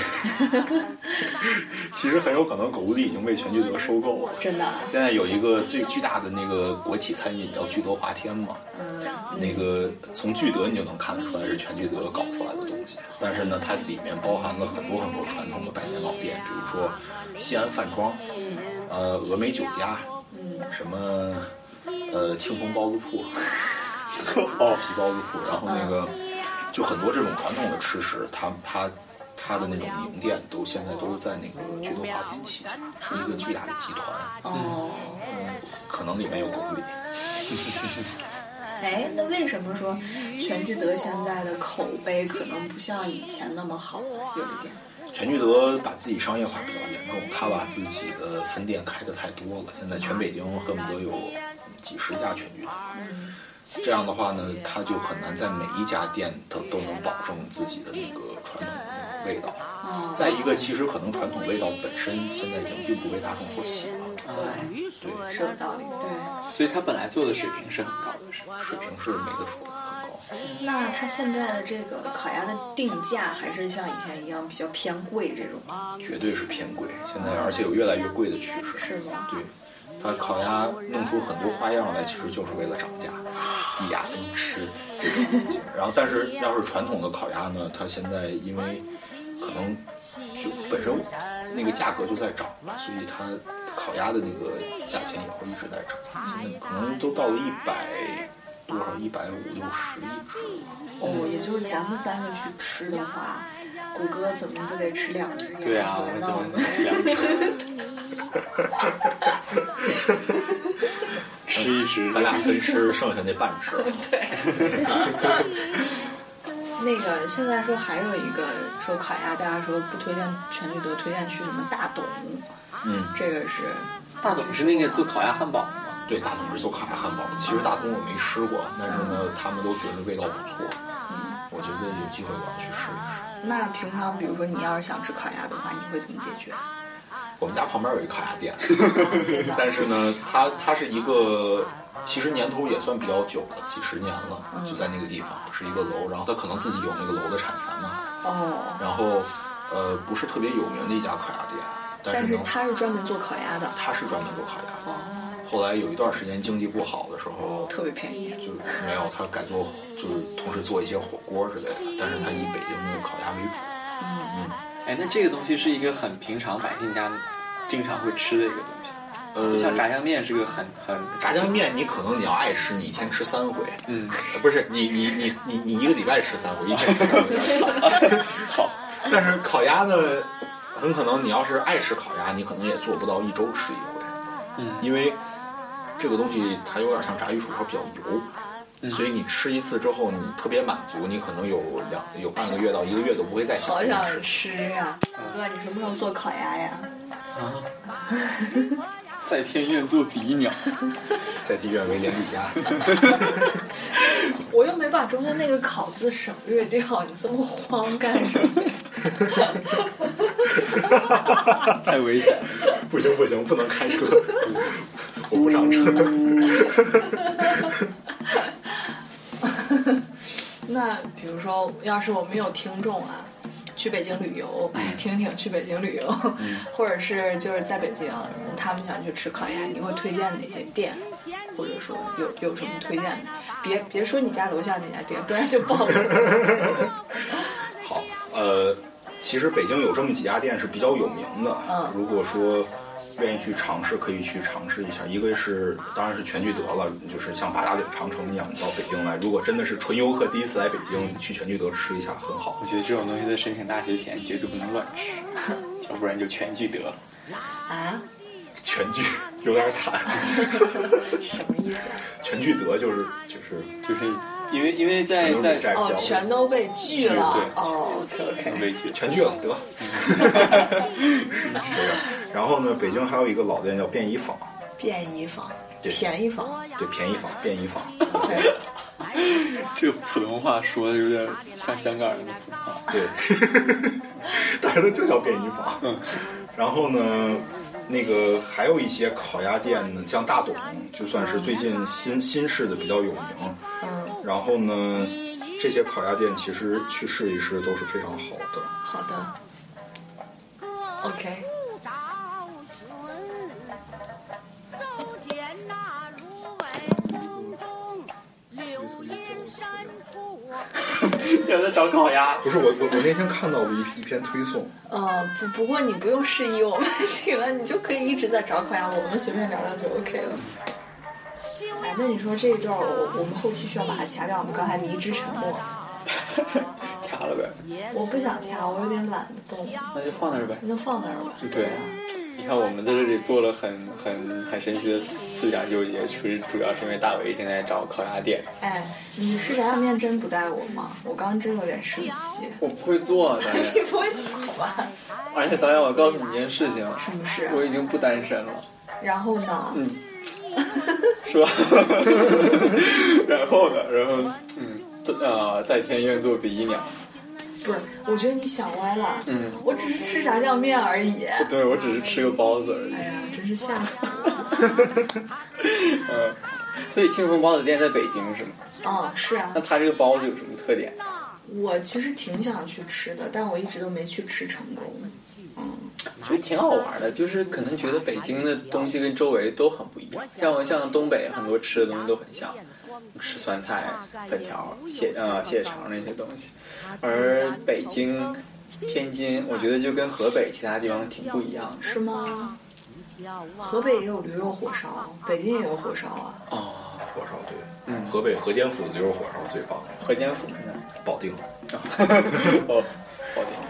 Speaker 4: 其实很有可能狗不理已经被全聚德收购了。
Speaker 2: 真的、啊？
Speaker 4: 现在有一个最巨大的那个国企餐饮叫聚德华天嘛，
Speaker 2: 嗯，
Speaker 4: 那个从聚德你就能看得出来是全聚德搞出来的东西。但是呢，它里面包含了很多很多传统的百年老店，比如说西安饭庄，呃，峨眉酒家，
Speaker 2: 嗯，
Speaker 4: 什么呃庆丰包子铺，哦，皮包子铺，然后那个就很多这种传统的吃食，它它它的那种名店都现在都在那个聚德华天旗下，是一个巨大的集团。
Speaker 2: 哦，
Speaker 4: 嗯，可能里面有狗不理。
Speaker 2: 哎，那为什么说全聚德现在的口碑可能不像以前那么好？有一点。
Speaker 4: 全聚德把自己商业化比较严重，他把自己的分店开得太多了，现在全北京恨不得有几十家全聚德。
Speaker 2: 嗯，
Speaker 4: 这样的话呢，他就很难在每一家店都都能保证自己的那个传统的那个味道。
Speaker 2: 哦，
Speaker 4: 再一个，其实可能传统味道本身现在已经并不为大众所喜了。
Speaker 2: 对
Speaker 4: 对，
Speaker 2: 是有道理。对，
Speaker 5: 所以他本来做的水平是很高的，是吧？
Speaker 4: 水平是没得说的，很高。
Speaker 2: 那他现在的这个烤鸭的定价还是像以前一样比较偏贵这种吗？
Speaker 4: 绝对是偏贵，现在而且有越来越贵的趋势。
Speaker 2: 是吗？
Speaker 4: 对，他烤鸭弄出很多花样来，其实就是为了涨价，一鸭东吃这种东西。然后，但是要是传统的烤鸭呢，它现在因为可能就本身那个价格就在涨嘛，所以它烤鸭的那个价钱也会一直在涨。现在可能都到了一百多少，一百五六十一只了。
Speaker 2: 哦，也就是咱们三个去吃的话， 谷歌怎么不得吃两只鸭子？
Speaker 5: 对啊，我
Speaker 2: 那我们
Speaker 5: 吃一只，
Speaker 4: 咱俩分吃剩下那半只。
Speaker 2: 对。那个现在说还有一个说烤鸭，大家说不推荐全聚德，推荐去什么大董。
Speaker 4: 嗯，
Speaker 2: 这个是
Speaker 5: 大董是那个做烤鸭汉堡的吗？
Speaker 4: 对，大董是做烤鸭汉堡的。其实大董我没吃过，但是呢，他们都觉得味道不错。嗯，我觉得有机会我要去试一试。
Speaker 2: 那平常比如说你要是想吃烤鸭的话，你会怎么解决？
Speaker 4: 我们家旁边有一烤鸭店，但是呢，它它是一个其实年头也算比较久的，几十年了，嗯、就在那个地方是一个楼，然后它可能自己有那个楼的产权嘛。
Speaker 2: 哦。
Speaker 4: 然后呃，不是特别有名的一家烤鸭店，但是
Speaker 2: 但是它是专门做烤鸭的。
Speaker 4: 它是专门做烤鸭的。
Speaker 2: 哦。
Speaker 4: 后来有一段时间经济不好的时候，
Speaker 2: 特别便宜，
Speaker 4: 就没有他改做，就是同时做一些火锅之类的，但是他以北京的烤鸭为主。
Speaker 2: 嗯
Speaker 4: 嗯。
Speaker 5: 哎，那这个东西是一个很平常百姓家经常会吃的一个东西。
Speaker 4: 呃，
Speaker 5: 像炸酱面是个很很
Speaker 4: 炸酱面，你可能你要爱吃，你一天吃三回。
Speaker 5: 嗯，
Speaker 4: 不是你你你你你一个礼拜吃三回，一天吃三回有点惨。
Speaker 5: 好，
Speaker 4: 但是烤鸭呢，很可能你要是爱吃烤鸭，你可能也做不到一周吃一回。
Speaker 5: 嗯，
Speaker 4: 因为这个东西它有点像炸鱼薯条，比较油。
Speaker 5: 嗯、
Speaker 4: 所以你吃一次之后，你特别满足，你可能有两有半个月到一个月都不会再想
Speaker 2: 好想
Speaker 4: 吃。
Speaker 2: 吃呀、啊！哥，你什么时候做烤鸭呀？
Speaker 5: 啊！在天愿作比翼鸟，
Speaker 4: 在地愿为连理鸭。
Speaker 2: 我又没把中间那个“烤”字省略掉，你这么慌干什么？
Speaker 5: 太危险了！
Speaker 4: 不行不行，不能开车，我不上车。
Speaker 2: 那比如说，要是我们有听众啊，去北京旅游，哎，听听去北京旅游，嗯、或者是就是在北京，他们想去吃烤鸭，你会推荐哪些店？或者说有有什么推荐的？别别说你家楼下那家店，不然就爆了。
Speaker 4: 好，呃，其实北京有这么几家店是比较有名的。
Speaker 2: 嗯，
Speaker 4: 如果说愿意去尝试，可以去尝试一下。一个是当然是全聚德了，就是像八达岭长城一样到北京来。如果真的是纯游客第一次来北京，去全聚德吃一下很好。
Speaker 5: 我觉得这种东西在申请大学前绝对不能乱吃，要不然就全聚德了。
Speaker 2: 啊？
Speaker 4: 全聚有点惨。
Speaker 2: 什么意思啊？
Speaker 4: 全聚德就是就是
Speaker 5: 就是因为因为在在
Speaker 2: 哦，全都被拒了。
Speaker 5: 对
Speaker 2: 哦 ，OK OK，
Speaker 5: 被拒，
Speaker 4: 全聚了得。这个，然后呢，北京还有一个老店叫便宜坊。
Speaker 2: 便宜坊，
Speaker 4: 对，
Speaker 2: 便宜坊，
Speaker 4: 对，便宜坊，便宜坊。
Speaker 2: 对。
Speaker 5: 这个普通话说的有点像香港人的普通话。
Speaker 4: 对，但是它就叫便宜坊。
Speaker 5: 嗯。
Speaker 4: 然后呢？那个还有一些烤鸭店呢，像大董，就算是最近新新式的比较有名。
Speaker 2: 嗯。
Speaker 4: 然后呢，这些烤鸭店其实去试一试都是非常好的。
Speaker 2: 好的。OK。
Speaker 5: 有在找烤鸭？
Speaker 4: 不是我我我那天看到的一一篇推送。
Speaker 2: 呃，不不过你不用示意我们听了，你就可以一直在找烤鸭，我们随便聊聊就 OK 了。哎，那你说这一段我我们后期需要把它掐掉，我们刚才迷之沉默。
Speaker 5: 掐了呗。
Speaker 2: 我不想掐，我有点懒得动。
Speaker 5: 那就放那儿呗。
Speaker 2: 那就放那儿吧。
Speaker 5: 对啊。你看，我们在这里做了很很很神奇的思想纠结，其实主要是因为大伟正在找烤鸭店。
Speaker 2: 哎，你吃炸酱面真不带我吗？我刚刚真有点生气。
Speaker 5: 我不会做的。
Speaker 2: 你不会好吧？
Speaker 5: 而且导演，我告诉你一件事情。
Speaker 2: 什么事、啊？
Speaker 5: 我已经不单身了。
Speaker 2: 然后呢？
Speaker 5: 嗯。说。然后呢？然后嗯，呃，在天愿作比翼鸟。
Speaker 2: 不是，我觉得你想歪了。
Speaker 5: 嗯，
Speaker 2: 我只是吃炸酱面而已。
Speaker 5: 对，我只是吃个包子而已。
Speaker 2: 哎呀，真是吓死我！
Speaker 5: 嗯，所以庆丰包子店在北京是吗？
Speaker 2: 哦，是啊。
Speaker 5: 那它这个包子有什么特点？
Speaker 2: 我其实挺想去吃的，但我一直都没去吃成功。嗯，
Speaker 5: 我觉得挺好玩的，就是可能觉得北京的东西跟周围都很不一样，像像东北很多吃的东西都很像。吃酸菜、粉条、蟹呃蟹肠那些东西，而北京、天津，我觉得就跟河北其他地方挺不一样的。
Speaker 2: 是吗？河北也有驴肉火烧，北京也有火烧啊。
Speaker 5: 哦，
Speaker 4: 火烧对，
Speaker 5: 嗯，
Speaker 4: 河北河间府的驴肉火烧最棒。
Speaker 5: 河间府是哪？
Speaker 4: 保定。
Speaker 5: 哦，保定。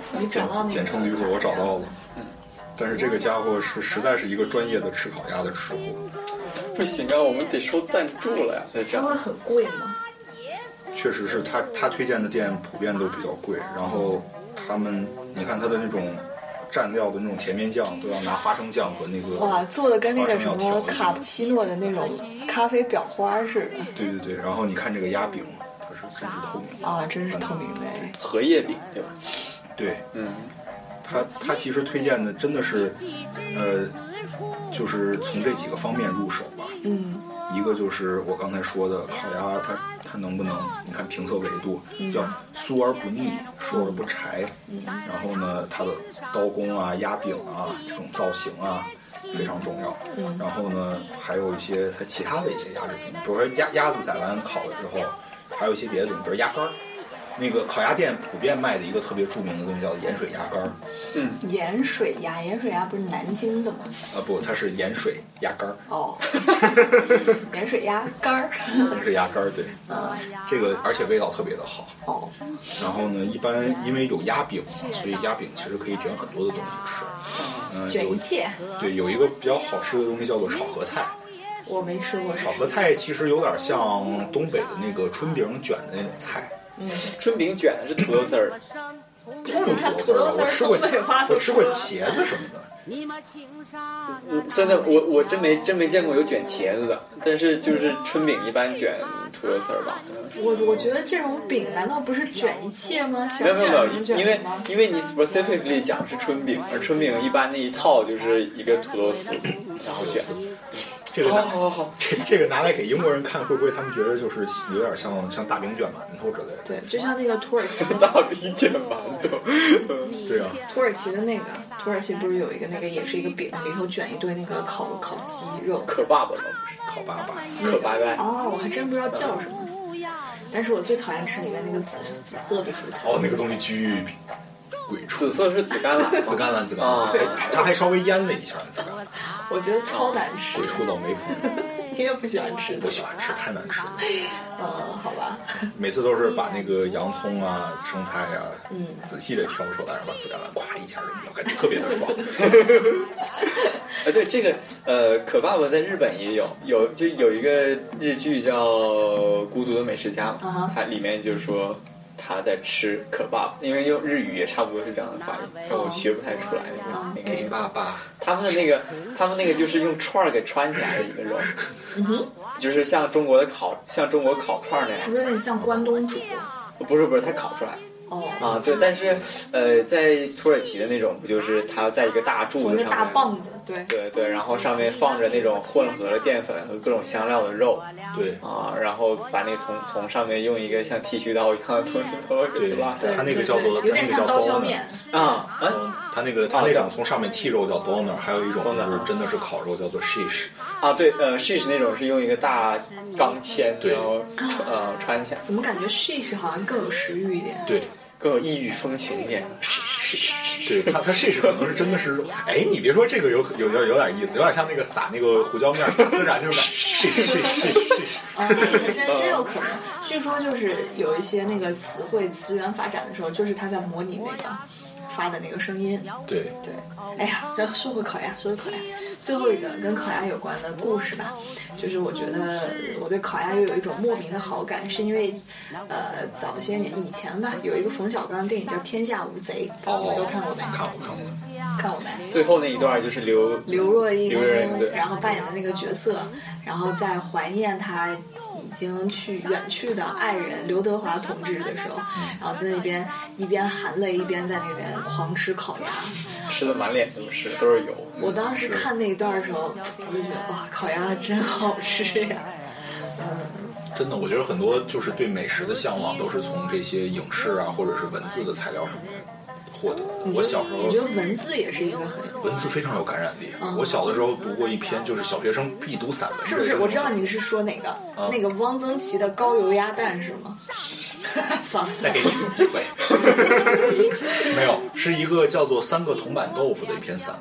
Speaker 2: 你找到那个
Speaker 6: 简称驴子，我找到了。嗯，但是这个家伙是实在是一个专业的吃烤鸭的吃货。
Speaker 5: 不行啊，我们得收赞助了呀。
Speaker 2: 它会很贵吗？
Speaker 6: 确实是他他推荐的店普遍都比较贵，然后他们你看他的那种蘸料的那种甜面酱都要拿花生酱和那个
Speaker 2: 哇，做的跟那个什么卡布奇诺的那种咖啡裱花似的。
Speaker 6: 对对对，然后你看这个鸭饼，它是真是透明
Speaker 2: 啊，真是透明的。
Speaker 5: 荷叶饼对吧？
Speaker 6: 对，
Speaker 5: 嗯，
Speaker 6: 他他其实推荐的真的是，呃，就是从这几个方面入手吧。
Speaker 2: 嗯。
Speaker 6: 一个就是我刚才说的烤鸭，它它能不能你看评测维度叫酥而不腻，熟而不柴，
Speaker 2: 嗯，
Speaker 6: 然后呢它的刀工啊、压饼啊这种造型啊非常重要，
Speaker 2: 嗯，
Speaker 6: 然后呢还有一些它其他的一些鸭制品，比如说鸭鸭子宰完烤了之后，还有一些别的东西，比如鸭肝儿。那个烤鸭店普遍卖的一个特别著名的东西叫盐水鸭肝儿。
Speaker 5: 嗯，
Speaker 2: 盐水鸭，盐水鸭不是南京的吗？
Speaker 6: 啊不，它是盐水鸭肝儿。
Speaker 2: 哦，盐水鸭肝儿。
Speaker 6: 盐水鸭肝儿，对。
Speaker 2: 嗯，
Speaker 6: 这个而且味道特别的好。
Speaker 2: 哦。
Speaker 6: 然后呢，一般因为有鸭饼，所以鸭饼其实可以卷很多的东西吃。嗯、呃，
Speaker 2: 卷一切。
Speaker 6: 对，有一个比较好吃的东西叫做炒合菜。
Speaker 2: 我没吃过。
Speaker 6: 炒合菜其实有点像东北的那个春饼卷的那种菜。
Speaker 2: 嗯，
Speaker 5: 春饼卷的是土豆丝儿，
Speaker 6: 不用土豆丝儿，我吃过，我吃过茄子什么的。
Speaker 5: 嗯，真的，我我真没真没见过有卷茄子的，但是就是春饼一般卷土豆丝儿吧。
Speaker 2: 我我觉得这种饼难道不是卷一切吗？
Speaker 5: 没有没有没有，因为因为你 specifically 讲是春饼，而春饼一般那一套就是一个土豆丝，然后卷。
Speaker 6: 这个拿
Speaker 5: 好好好，
Speaker 6: 这这个拿来给英国人看，会不会他们觉得就是有点像像大饼卷馒头之类的？
Speaker 2: 对，就像那个土耳其的
Speaker 5: 大饼卷馒头。
Speaker 6: 对啊，
Speaker 2: 土耳其的那个，土耳其不是有一个那个也是一个饼，里头卷一堆那个烤烤鸡肉，
Speaker 5: 可爸爸吗？不是，
Speaker 6: 烤爸爸，
Speaker 5: 可爸爸。
Speaker 2: 哦，我还真不知道叫什么。但是我最讨厌吃里面那个紫是紫色的蔬菜。
Speaker 6: 哦，那个东西巨鬼畜。
Speaker 5: 紫色是紫甘蓝，
Speaker 6: 紫甘蓝，紫甘蓝。对，它还稍微腌了一下紫甘蓝。
Speaker 2: 我觉得超难吃。
Speaker 6: 鬼畜倒霉朋友。
Speaker 2: 你也不喜欢吃？
Speaker 6: 不喜欢吃，太难吃了。
Speaker 2: 嗯，好吧。
Speaker 6: 每次都是把那个洋葱啊、生菜啊，
Speaker 2: 嗯，
Speaker 6: 仔细的挑出来，然后把紫甘蓝咵一下扔掉，感觉特别的爽。
Speaker 5: 啊，对这个呃，可爸爸在日本也有，有就有一个日剧叫《孤独的美食家》嘛，它里面就说他在吃可爸爸，因为用日语也差不多是这样的发音，但我学不太出来那个那个
Speaker 6: 给爸爸。
Speaker 5: 他们的那个，他们那个就是用串儿给穿起来的一个肉，
Speaker 2: 嗯哼，
Speaker 5: 就是像中国的烤，像中国烤串那样，
Speaker 2: 是不是有点像关东煮？
Speaker 5: 不是不是，它烤出来。
Speaker 2: 哦
Speaker 5: 啊，对，但是呃，在土耳其的那种，不就是它要在一个大柱子上面，
Speaker 2: 一个大棒子，对
Speaker 5: 对对，然后上面放着那种混合了淀粉和各种香料的肉，
Speaker 6: 对
Speaker 5: 啊，然后把那从从上面用一个像剃须刀一样的东西给拉下来，
Speaker 6: 它那个叫做
Speaker 2: 有点像刀削面
Speaker 5: 啊啊，
Speaker 6: 它那个它那种从上面剔肉叫 doner， 还有一种就是真的是烤肉叫做 shish
Speaker 5: 啊，对，呃 shish 那种是用一个大钢钎然后呃穿起来，
Speaker 2: 怎么感觉 shish 好像更有食欲一点？
Speaker 6: 对。
Speaker 5: 更有异域风情一点，
Speaker 6: 对他，他试试可能是真的是肉。哎，你别说这个有有有有点意思，有点像那个撒那个胡椒面撒孜然这种感觉。试试试试试。
Speaker 2: 啊，真真有可能。据说就是有一些那个词汇词源发展的时候，就是他在模拟那个发的那个声音。
Speaker 6: 对
Speaker 2: 对。哎呀，然后说回烤鸭，说回烤鸭，最后一个跟烤鸭有关的故事吧，就是我觉得我对烤鸭又有一种莫名的好感，是因为呃早些年以前吧，有一个冯小刚的电影叫《天下无贼》，
Speaker 6: 哦，
Speaker 2: 你都看过没？
Speaker 6: 看过看过。
Speaker 2: 看过没？
Speaker 5: 最后那一段就是刘
Speaker 2: 刘若英，
Speaker 5: 刘若英
Speaker 2: 然后扮演的那个角色，然后在怀念他已经去远去的爱人刘德华同志的时候，然后在那边一边含泪一边在那边狂吃烤鸭，
Speaker 5: 吃的满脸都是都是油。
Speaker 2: 我当时看那一段的时候，我就觉得哇，烤鸭真好吃呀！嗯，
Speaker 6: 真的，我觉得很多就是对美食的向往都是从这些影视啊，或者是文字的材料上面获得的。我小时候，
Speaker 2: 我觉得文字也是一个很
Speaker 6: 文字非常有感染力。嗯、我小的时候读过一篇，就是小学生必读散文，
Speaker 2: 是不是？我知道你是说哪个，啊、那个汪曾祺的高油鸭蛋是吗？算了，
Speaker 6: 再给你一次机会。没有，是一个叫做《三个铜板豆腐》的一篇散文。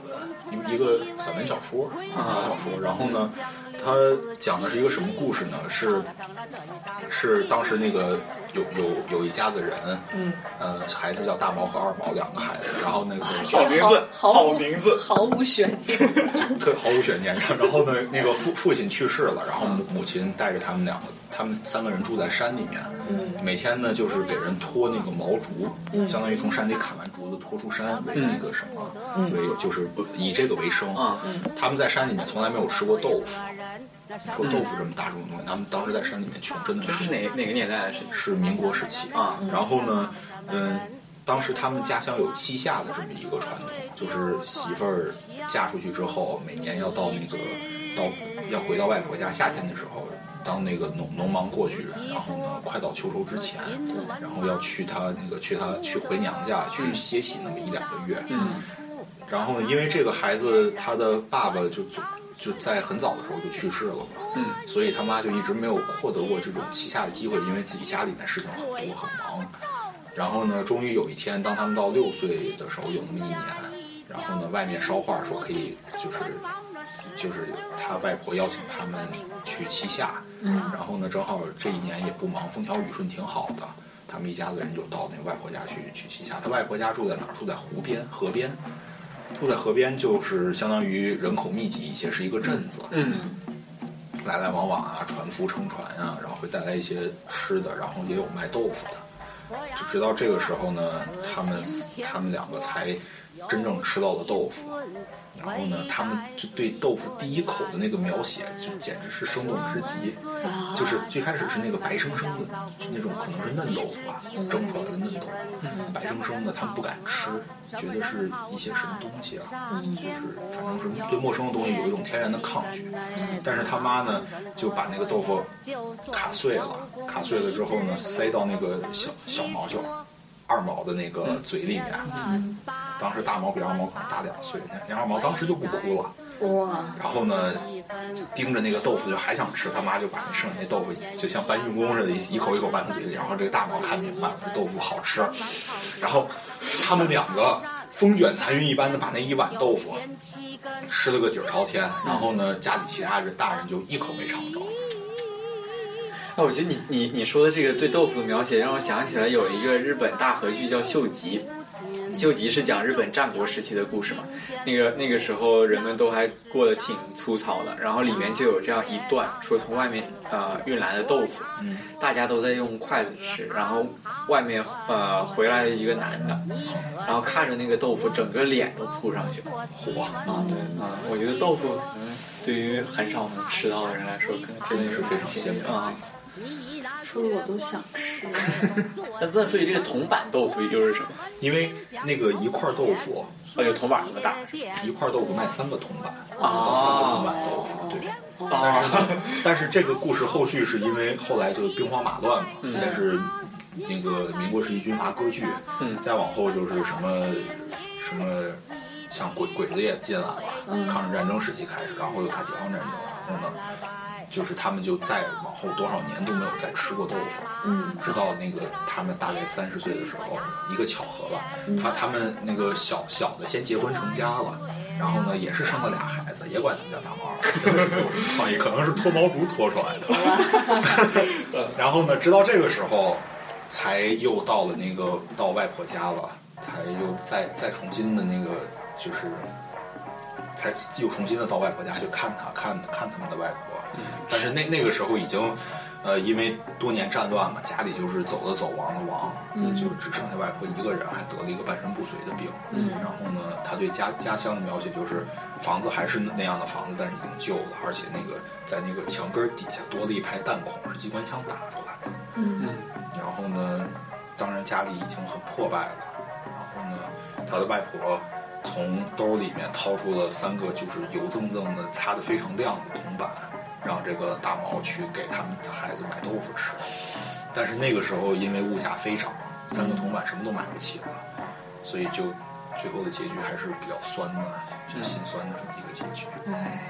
Speaker 6: 一一个散文小说，小小说。然后呢，它讲的是一个什么故事呢？是是当时那个有有有一家子人，嗯，呃，孩子叫大毛和二毛两个孩子，然后那个
Speaker 5: 好名字，好名字，
Speaker 2: 毫无悬念，
Speaker 6: 特毫无悬念。然后呢，那个父父亲去世了，然后母母亲带着他们两个，他们三个人住在山里面，嗯，每天呢就是给人拖那个毛竹，嗯，相当于从山里砍完竹子拖出山为那个什么，嗯、为就是以这个为生啊。嗯，他们在山里面从来没有吃过豆腐。说豆腐这么大众的东西，他们当时在山里面穷，真的
Speaker 5: 这是哪哪个年代的事情？
Speaker 6: 是民国时期啊。然后呢，嗯，当时他们家乡有七夏的这么一个传统，就是媳妇儿嫁出去之后，每年要到那个到要回到外婆家，夏天的时候，当那个农农忙过去，然后呢，快到秋收之前，然后要去他那个去他去回娘家去歇息那么一两个月。嗯。然后呢，因为这个孩子他的爸爸就总。就在很早的时候就去世了嘛，嗯，所以他妈就一直没有获得过这种旗下的机会，因为自己家里面事情很多很忙。然后呢，终于有一天，当他们到六岁的时候，有那么一年，然后呢，外面捎话说可以，就是就是他外婆邀请他们去旗下，嗯，然后呢，正好这一年也不忙，风调雨顺，挺好的。他们一家子人就到那外婆家去去旗下。他外婆家住在哪儿？住在湖边，河边。住在河边就是相当于人口密集一些，是一个镇子，嗯，来来往往啊，船夫乘船啊，然后会带来一些吃的，然后也有卖豆腐的。就直到这个时候呢，他们他们两个才真正吃到了豆腐。然后呢，他们就对豆腐第一口的那个描写，就简直是生动之极。就是最开始是那个白生生的，那种可能是嫩豆腐吧，蒸出来的嫩豆腐，白生生的，他们不敢吃，觉得是一些什么东西啊，就是反正是对陌生的东西有一种天然的抗拒。但是他妈呢，就把那个豆腐卡碎了，卡碎了之后呢，塞到那个小小毛就二毛的那个嘴里面。嗯，当时大毛比二毛可能大两岁，那二毛当时就不哭了。哇！然后呢，盯着那个豆腐就还想吃，他妈就把那剩下那豆腐就像搬运工似的，一口一口搬到嘴里。然后这个大毛看明白了，这豆腐好吃。然后他们两个风卷残云一般的把那一碗豆腐吃了个底儿朝天。然后呢，家里其他人大人就一口没尝着。
Speaker 5: 哎，我觉得你你你说的这个对豆腐的描写，让我想起来有一个日本大河剧叫《秀吉》。秀吉是讲日本战国时期的故事嘛，那个那个时候人们都还过得挺粗糙的，然后里面就有这样一段，说从外面呃运来的豆腐，嗯，大家都在用筷子吃，然后外面呃回来了一个男的，然后看着那个豆腐，整个脸都扑上去了，火啊，对啊，我觉得豆腐可能对于很少能吃到的人来说，可能真的是
Speaker 6: 非常鲜美啊。
Speaker 2: 说的我都想吃。
Speaker 5: 那那所以这个铜板豆腐又是什么？
Speaker 6: 因为那个一块豆腐，
Speaker 5: 哦，有铜板那么大，
Speaker 6: 一块豆腐卖三个铜板，
Speaker 5: 啊，
Speaker 6: 三个铜板豆腐，对。但是但是这个故事后续是因为后来就兵荒马乱嘛，嗯、先是那个民国时期军阀割据，嗯，再往后就是什么什么像鬼鬼子也进来了，嗯、抗日战争时期开始，然后又打解放战争，然后呢。就是他们就再往后多少年都没有再吃过豆腐，嗯，直到那个他们大概三十岁的时候，一个巧合吧，嗯、他他们那个小小的先结婚成家了，然后呢也是生了俩孩子，也管他们叫大毛儿，真的是有什么创意，可能是脱毛竹脱出来的。然后呢，直到这个时候，才又到了那个到外婆家了，才又再再重新的那个就是，才又重新的到外婆家去看他看看他们的外婆。但是那那个时候已经，呃，因为多年战乱嘛，家里就是走的走，亡的亡，嗯、就只剩下外婆一个人，还得了一个半身不遂的病。嗯，然后呢，他对家家乡的描写就是房子还是那样的房子，但是已经旧了，而且那个在那个墙根底下多了一排弹孔，是机关枪打出来的。嗯，然后呢，当然家里已经很破败了。然后呢，他的外婆从兜里面掏出了三个就是油锃锃的、擦得非常亮的铜板。让这个大毛去给他们的孩子买豆腐吃，但是那个时候因为物价飞涨，三个铜板什么都买不起了，所以就最后的结局还是比较酸的，就是心酸的这么一个结局。
Speaker 2: 唉，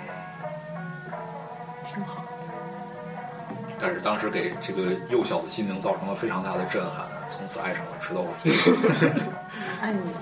Speaker 2: 挺好。
Speaker 6: 但是当时给这个幼小的心灵造成了非常大的震撼，从此爱上了吃豆腐。
Speaker 2: 哎，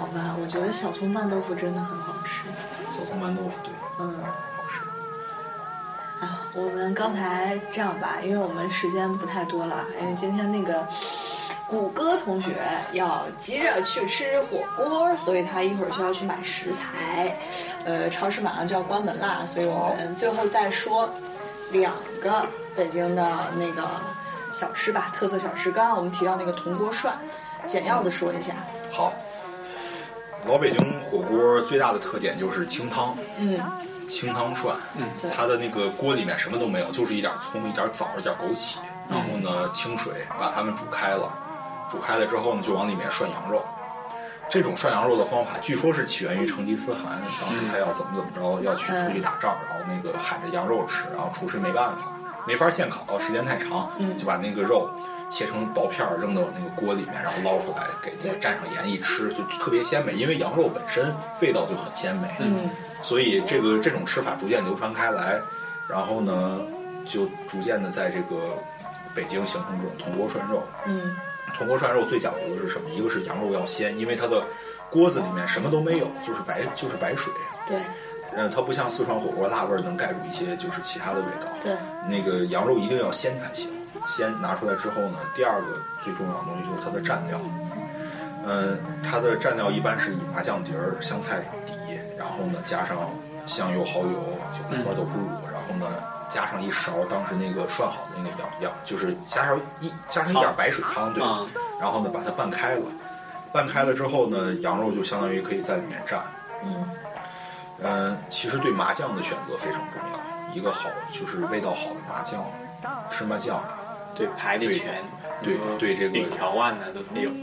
Speaker 2: 好吧，我觉得小葱拌豆腐真的很好吃。
Speaker 6: 小葱拌豆腐，对，
Speaker 2: 嗯，
Speaker 6: 好吃。
Speaker 2: 啊，我们刚才这样吧，因为我们时间不太多了，因为今天那个谷歌同学要急着去吃火锅，所以他一会儿需要去买食材。呃，超市马上就要关门啦，所以我们最后再说两个北京的那个小吃吧，特色小吃。刚刚我们提到那个铜锅涮，简要的说一下。
Speaker 6: 好，老北京火锅最大的特点就是清汤。
Speaker 2: 嗯。
Speaker 6: 清汤涮，
Speaker 5: 嗯，
Speaker 6: 它的那个锅里面什么都没有，就是一点葱、一点枣、一点枸杞，然后呢清水把它们煮开了，煮开了之后呢就往里面涮羊肉。这种涮羊肉的方法，据说是起源于成吉思汗，当时他要怎么怎么着，要去出去打仗，然后那个喊着羊肉吃，然后厨师没办法，没法现烤，时间太长，就把那个肉切成薄片扔到那个锅里面，然后捞出来给那个蘸上盐一吃，就特别鲜美，因为羊肉本身味道就很鲜美。
Speaker 2: 嗯。
Speaker 6: 所以这个这种吃法逐渐流传开来，然后呢，就逐渐的在这个北京形成这种铜锅涮肉。
Speaker 2: 嗯，
Speaker 6: 铜锅涮肉最讲究的是什么？一个是羊肉要鲜，因为它的锅子里面什么都没有，就是白就是白水。
Speaker 2: 对。
Speaker 6: 嗯，它不像四川火锅辣味能盖住一些就是其他的味道。
Speaker 2: 对。
Speaker 6: 那个羊肉一定要鲜才行，鲜拿出来之后呢，第二个最重要的东西就是它的蘸料。嗯，它的蘸料一般是以麻酱底儿、香菜底。然后呢，加上香油、蚝油，就南瓜豆腐乳，然后呢，加上一勺当时那个涮好的那个羊羊，就是加上一加上一点白水汤，对，
Speaker 5: 啊、
Speaker 6: 然后呢，把它拌开了，拌开了之后呢，羊肉就相当于可以在里面蘸。
Speaker 2: 嗯，
Speaker 6: 嗯，其实对麻酱的选择非常重要，一个好就是味道好的麻酱，芝麻酱，
Speaker 5: 对排的全，
Speaker 6: 对对这个
Speaker 5: 饼条碗呢都得有。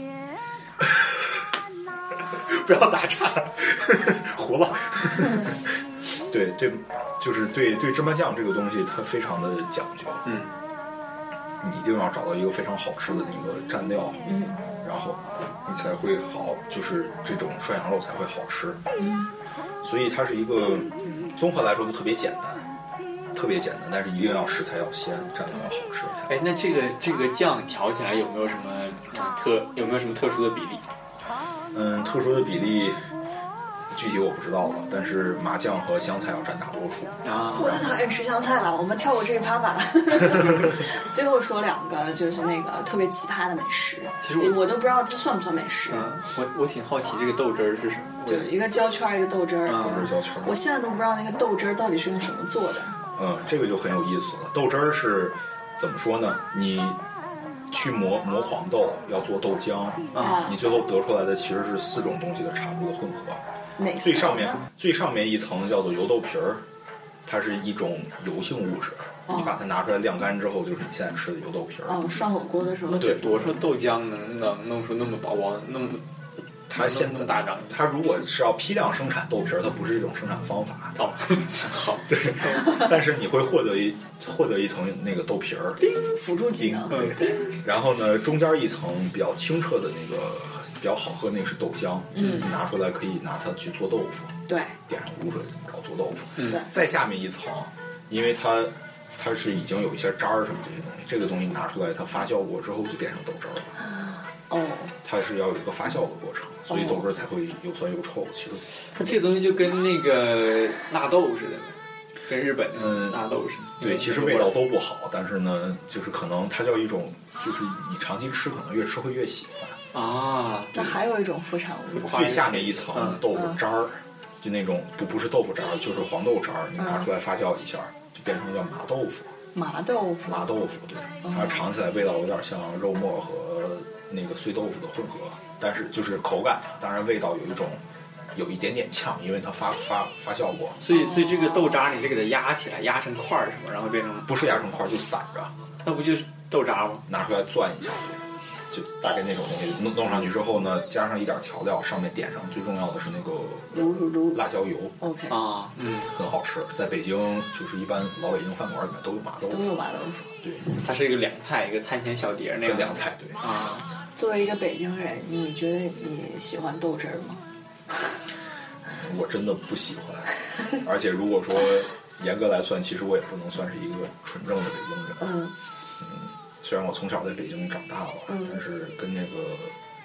Speaker 6: 不要打岔，糊了。对对，就是对对芝麻酱这个东西，它非常的讲究。
Speaker 5: 嗯，
Speaker 6: 你一定要找到一个非常好吃的那个蘸料，
Speaker 2: 嗯，
Speaker 6: 然后你才会好，就是这种涮羊肉才会好吃。
Speaker 2: 嗯，
Speaker 6: 所以它是一个综合来说就特别简单，特别简单，但是一定要食材要鲜，蘸料要好吃。
Speaker 5: 哎，那这个这个酱调起来有没有什么特有没有什么特殊的比例？
Speaker 6: 嗯，特殊的比例具体我不知道了，但是麻酱和香菜要占大多数
Speaker 5: 啊。
Speaker 2: 我就讨厌吃香菜了，我们跳过这一趴吧。最后说两个，就是那个特别奇葩的美食，
Speaker 5: 其实 我,
Speaker 2: 我都不知道它算不算美食。
Speaker 5: 嗯，我我挺好奇这个豆汁儿是什么，
Speaker 2: 就一个焦圈一个豆汁儿，
Speaker 6: 豆汁焦圈。
Speaker 2: 我现在都不知道那个豆汁儿到底是用什么做的。
Speaker 6: 嗯，这个就很有意思了。豆汁儿是怎么说呢？你去磨磨黄豆要做豆浆
Speaker 2: 啊，
Speaker 6: 你最后得出来的其实是四种东西的产物的混合。
Speaker 2: 哪
Speaker 6: 最上面最上面一层叫做油豆皮儿，它是一种油性物质，
Speaker 2: 哦、
Speaker 6: 你把它拿出来晾干之后，就是你现在吃的油豆皮儿。
Speaker 2: 嗯，涮火锅的时候。
Speaker 5: 对，多少豆浆能能弄出那么薄薄那么？
Speaker 6: 它现在
Speaker 5: 大张，
Speaker 6: 它如果是要批量生产豆皮儿，它不是这种生产方法。
Speaker 5: 哦，好，
Speaker 6: 对，但是你会获得一获得一层那个豆皮儿，
Speaker 2: 辅助技能。
Speaker 6: 对对。然后呢，中间一层比较清澈的那个比较好喝，那个是豆浆，
Speaker 2: 嗯，
Speaker 6: 拿出来可以拿它去做豆腐，
Speaker 2: 对，
Speaker 6: 点上卤水怎么着做豆腐。
Speaker 5: 嗯，
Speaker 6: 再下面一层，因为它它是已经有一些渣儿什么这些东西，这个东西拿出来它发酵过之后就变成豆汁儿了。
Speaker 2: 哦，
Speaker 6: 它是要有一个发酵的过程，所以豆汁才会又酸又臭。其实
Speaker 5: 它这东西就跟那个纳豆似的，跟日本的纳豆似的。
Speaker 6: 嗯、对，其实味道都不好，但是呢，就是可能它叫一种，就是你长期吃，可能越吃会越喜欢
Speaker 5: 啊。
Speaker 2: 那还有一种副产物，
Speaker 6: 最下面一层豆腐渣儿，
Speaker 2: 嗯、
Speaker 6: 就那种不不是豆腐渣儿，就是黄豆渣儿，你拿出来发酵一下，就变成叫麻豆腐。
Speaker 2: 麻豆腐，
Speaker 6: 麻豆腐，对，它尝起来味道有点像肉末和那个碎豆腐的混合，但是就是口感啊，当然味道有一种有一点点呛，因为它发发发酵过。
Speaker 5: 所以，所以这个豆渣你是给它压起来，压成块儿是吗？然后变成
Speaker 6: 不是压成块儿就散着，
Speaker 5: 那不就是豆渣吗？
Speaker 6: 拿出来攥一下，就大概那种东西弄弄上去之后呢，加上一点调料，上面点上最重要的是那个辣椒油。
Speaker 2: OK
Speaker 5: 啊，嗯，
Speaker 6: 很好吃。在北京就是一般老北京饭馆里面都有麻豆腐，
Speaker 2: 都有麻豆腐。
Speaker 6: 对，
Speaker 5: 它是一个凉菜，一个餐前小碟那个
Speaker 6: 凉菜。对
Speaker 5: 啊。
Speaker 2: 作为一个北京人，你觉得你喜欢豆汁儿吗？
Speaker 6: 我真的不喜欢，而且如果说严格来算，其实我也不能算是一个纯正的北京人。
Speaker 2: 嗯。
Speaker 6: 嗯，虽然我从小在北京长大了，
Speaker 2: 嗯、
Speaker 6: 但是跟那个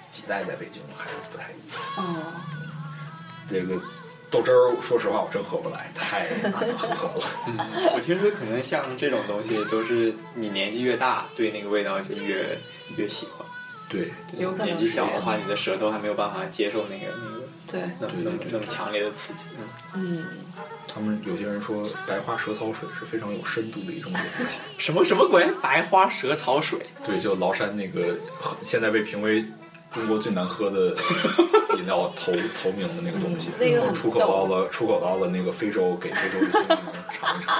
Speaker 6: 几代在北京还是不太一样。
Speaker 2: 哦，
Speaker 6: 这个豆汁儿，说实话我真喝不来，太难喝了。
Speaker 5: 嗯，我听说可能像这种东西都是你年纪越大，对那个味道就越越喜欢。
Speaker 6: 对，
Speaker 2: 有可能
Speaker 5: 年纪小的话，你的舌头还没有办法接受那个那个
Speaker 2: 对
Speaker 5: 那么那么那么强烈的刺激。
Speaker 2: 嗯，嗯，
Speaker 6: 他们有些人说白花蛇草水是非常有深度的一种饮料。
Speaker 5: 什么什么鬼？白花蛇草水？
Speaker 6: 对，就崂山那个现在被评为中国最难喝的饮料头头名的那个东西，
Speaker 2: 那个很
Speaker 6: 出口到了出口到了那个非洲，给非洲的居民尝一尝。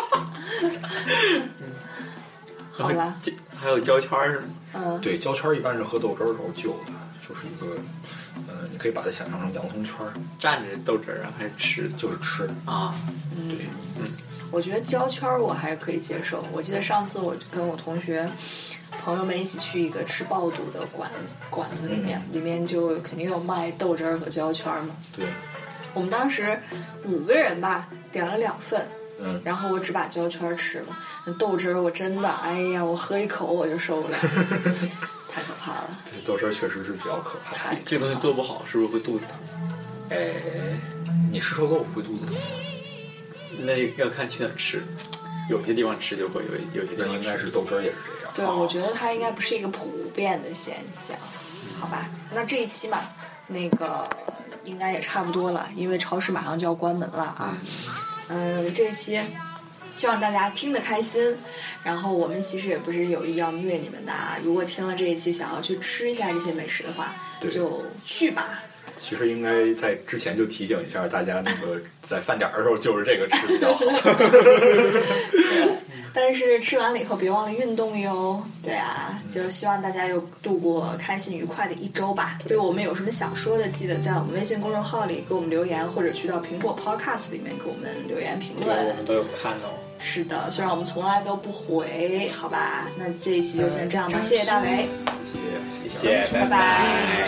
Speaker 2: 好吧。
Speaker 5: 还有胶圈是吗？
Speaker 2: 嗯，
Speaker 6: 对，胶圈一般是喝豆汁儿的时候就的，就是一个，呃，你可以把它想象成洋葱圈儿，
Speaker 5: 蘸着豆汁儿啊，还是吃的？
Speaker 6: 就是吃的
Speaker 5: 啊。
Speaker 6: 对，
Speaker 5: 嗯，
Speaker 2: 我觉得胶圈我还是可以接受。我记得上次我跟我同学朋友们一起去一个吃爆肚的馆馆子里面，嗯、里面就肯定有卖豆汁儿和胶圈嘛。
Speaker 6: 对，
Speaker 2: 我们当时五个人吧，点了两份。
Speaker 6: 嗯，
Speaker 2: 然后我只把胶圈吃了，那豆汁儿我真的，哎呀，我喝一口我就受不了，太可怕了。
Speaker 6: 对，豆汁儿确实是比较可怕。
Speaker 5: 这个东西做不好，是不是会肚子疼？
Speaker 6: 哎，你吃臭豆腐会肚子疼吗？
Speaker 5: 那要看去哪吃，有些地方吃就会，有有些地方
Speaker 6: 应该是豆汁儿也是这样。
Speaker 2: 对，我觉得它应该不是一个普遍的现象，好吧？那这一期嘛，那个应该也差不多了，因为超市马上就要关门了啊。嗯，呃、这一期希望大家听得开心。然后我们其实也不是有意要虐你们的啊，如果听了这一期想要去吃一下这些美食的话，就去吧。
Speaker 6: 其实应该在之前就提醒一下大家，那个在饭点的时候就是这个吃比较好。
Speaker 2: 对，但是吃完了以后别忘了运动哟。对啊，就希望大家有度过开心愉快的一周吧。对我们有什么想说的，记得在我们微信公众号里给我们留言，或者去到苹果 Podcast 里面给我们留言评论。
Speaker 5: 我们都有看到。
Speaker 2: 是的，虽然我们从来都不回，好吧？那这一期就先这样吧，谢谢大为，
Speaker 6: 谢
Speaker 5: 谢谢，
Speaker 2: 拜拜。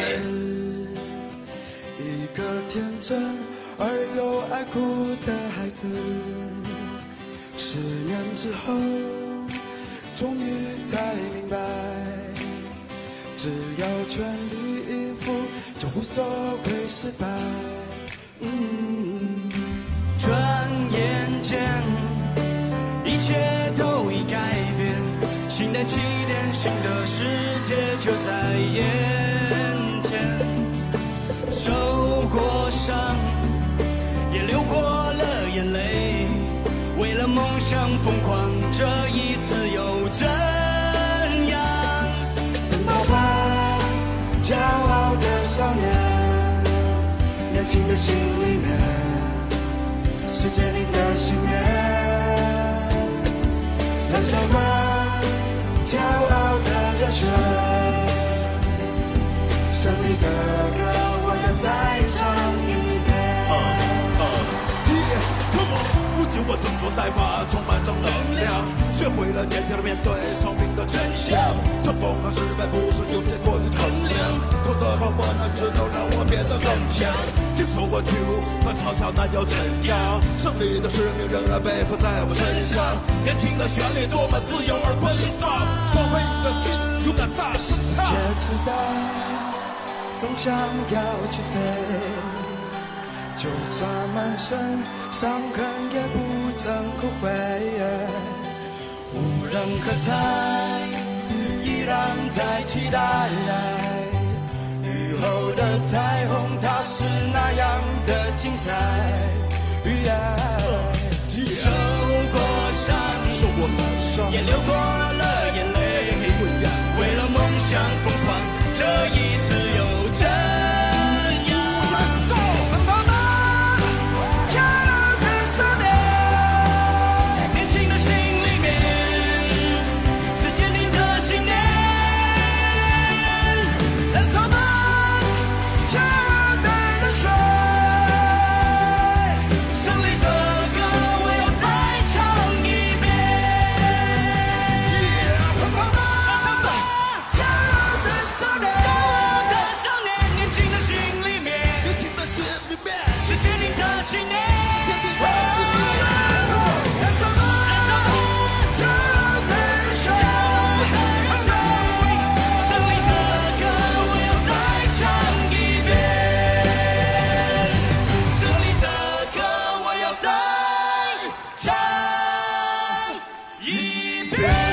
Speaker 7: 一个天真而又爱哭的孩子，十年之后终于才明白，只要全力以赴就无所谓失败。嗯，转眼间一切都已改变，新的起点，新的世界就在眼前。受过伤，也流过了眼泪，为了梦想疯狂，这一次又怎样？奔跑吧，骄傲的少年，年轻的心里面是坚定的信念。燃烧吧，骄傲的热血，胜利的歌我要再唱一遍。
Speaker 8: 如今我挣脱代码，充满正能量，学会了坚定的面对生命的真相。成功和失败不是用结果去衡量，做得好我能只能让我变得更强。经受过屈辱和嘲笑，那又怎样？胜利的使命仍然背负在我身上。年轻的旋律多么自由而奔放，光辉的心勇敢大声唱。
Speaker 7: 却知道总想要去飞，就算满身伤痕也不曾后悔。无人喝彩，依然在期待。雨后的彩虹，它是那样的精彩。受过伤，
Speaker 8: 受过伤，
Speaker 7: 也流过了眼泪，为了梦想疯狂，这一次又怎样？奔跑吧，骄傲的少年，年轻的心里面是坚定的信念。燃烧吧，骄傲的热血，胜利的歌我要再唱一遍。奔跑吧，骄傲的少年，年轻的心里面，
Speaker 8: 年轻的心里面
Speaker 7: 是坚定的信念。
Speaker 8: 坚定的信念。
Speaker 7: 燃烧吧，骄傲的热血，胜利的歌我要再
Speaker 8: 一遍。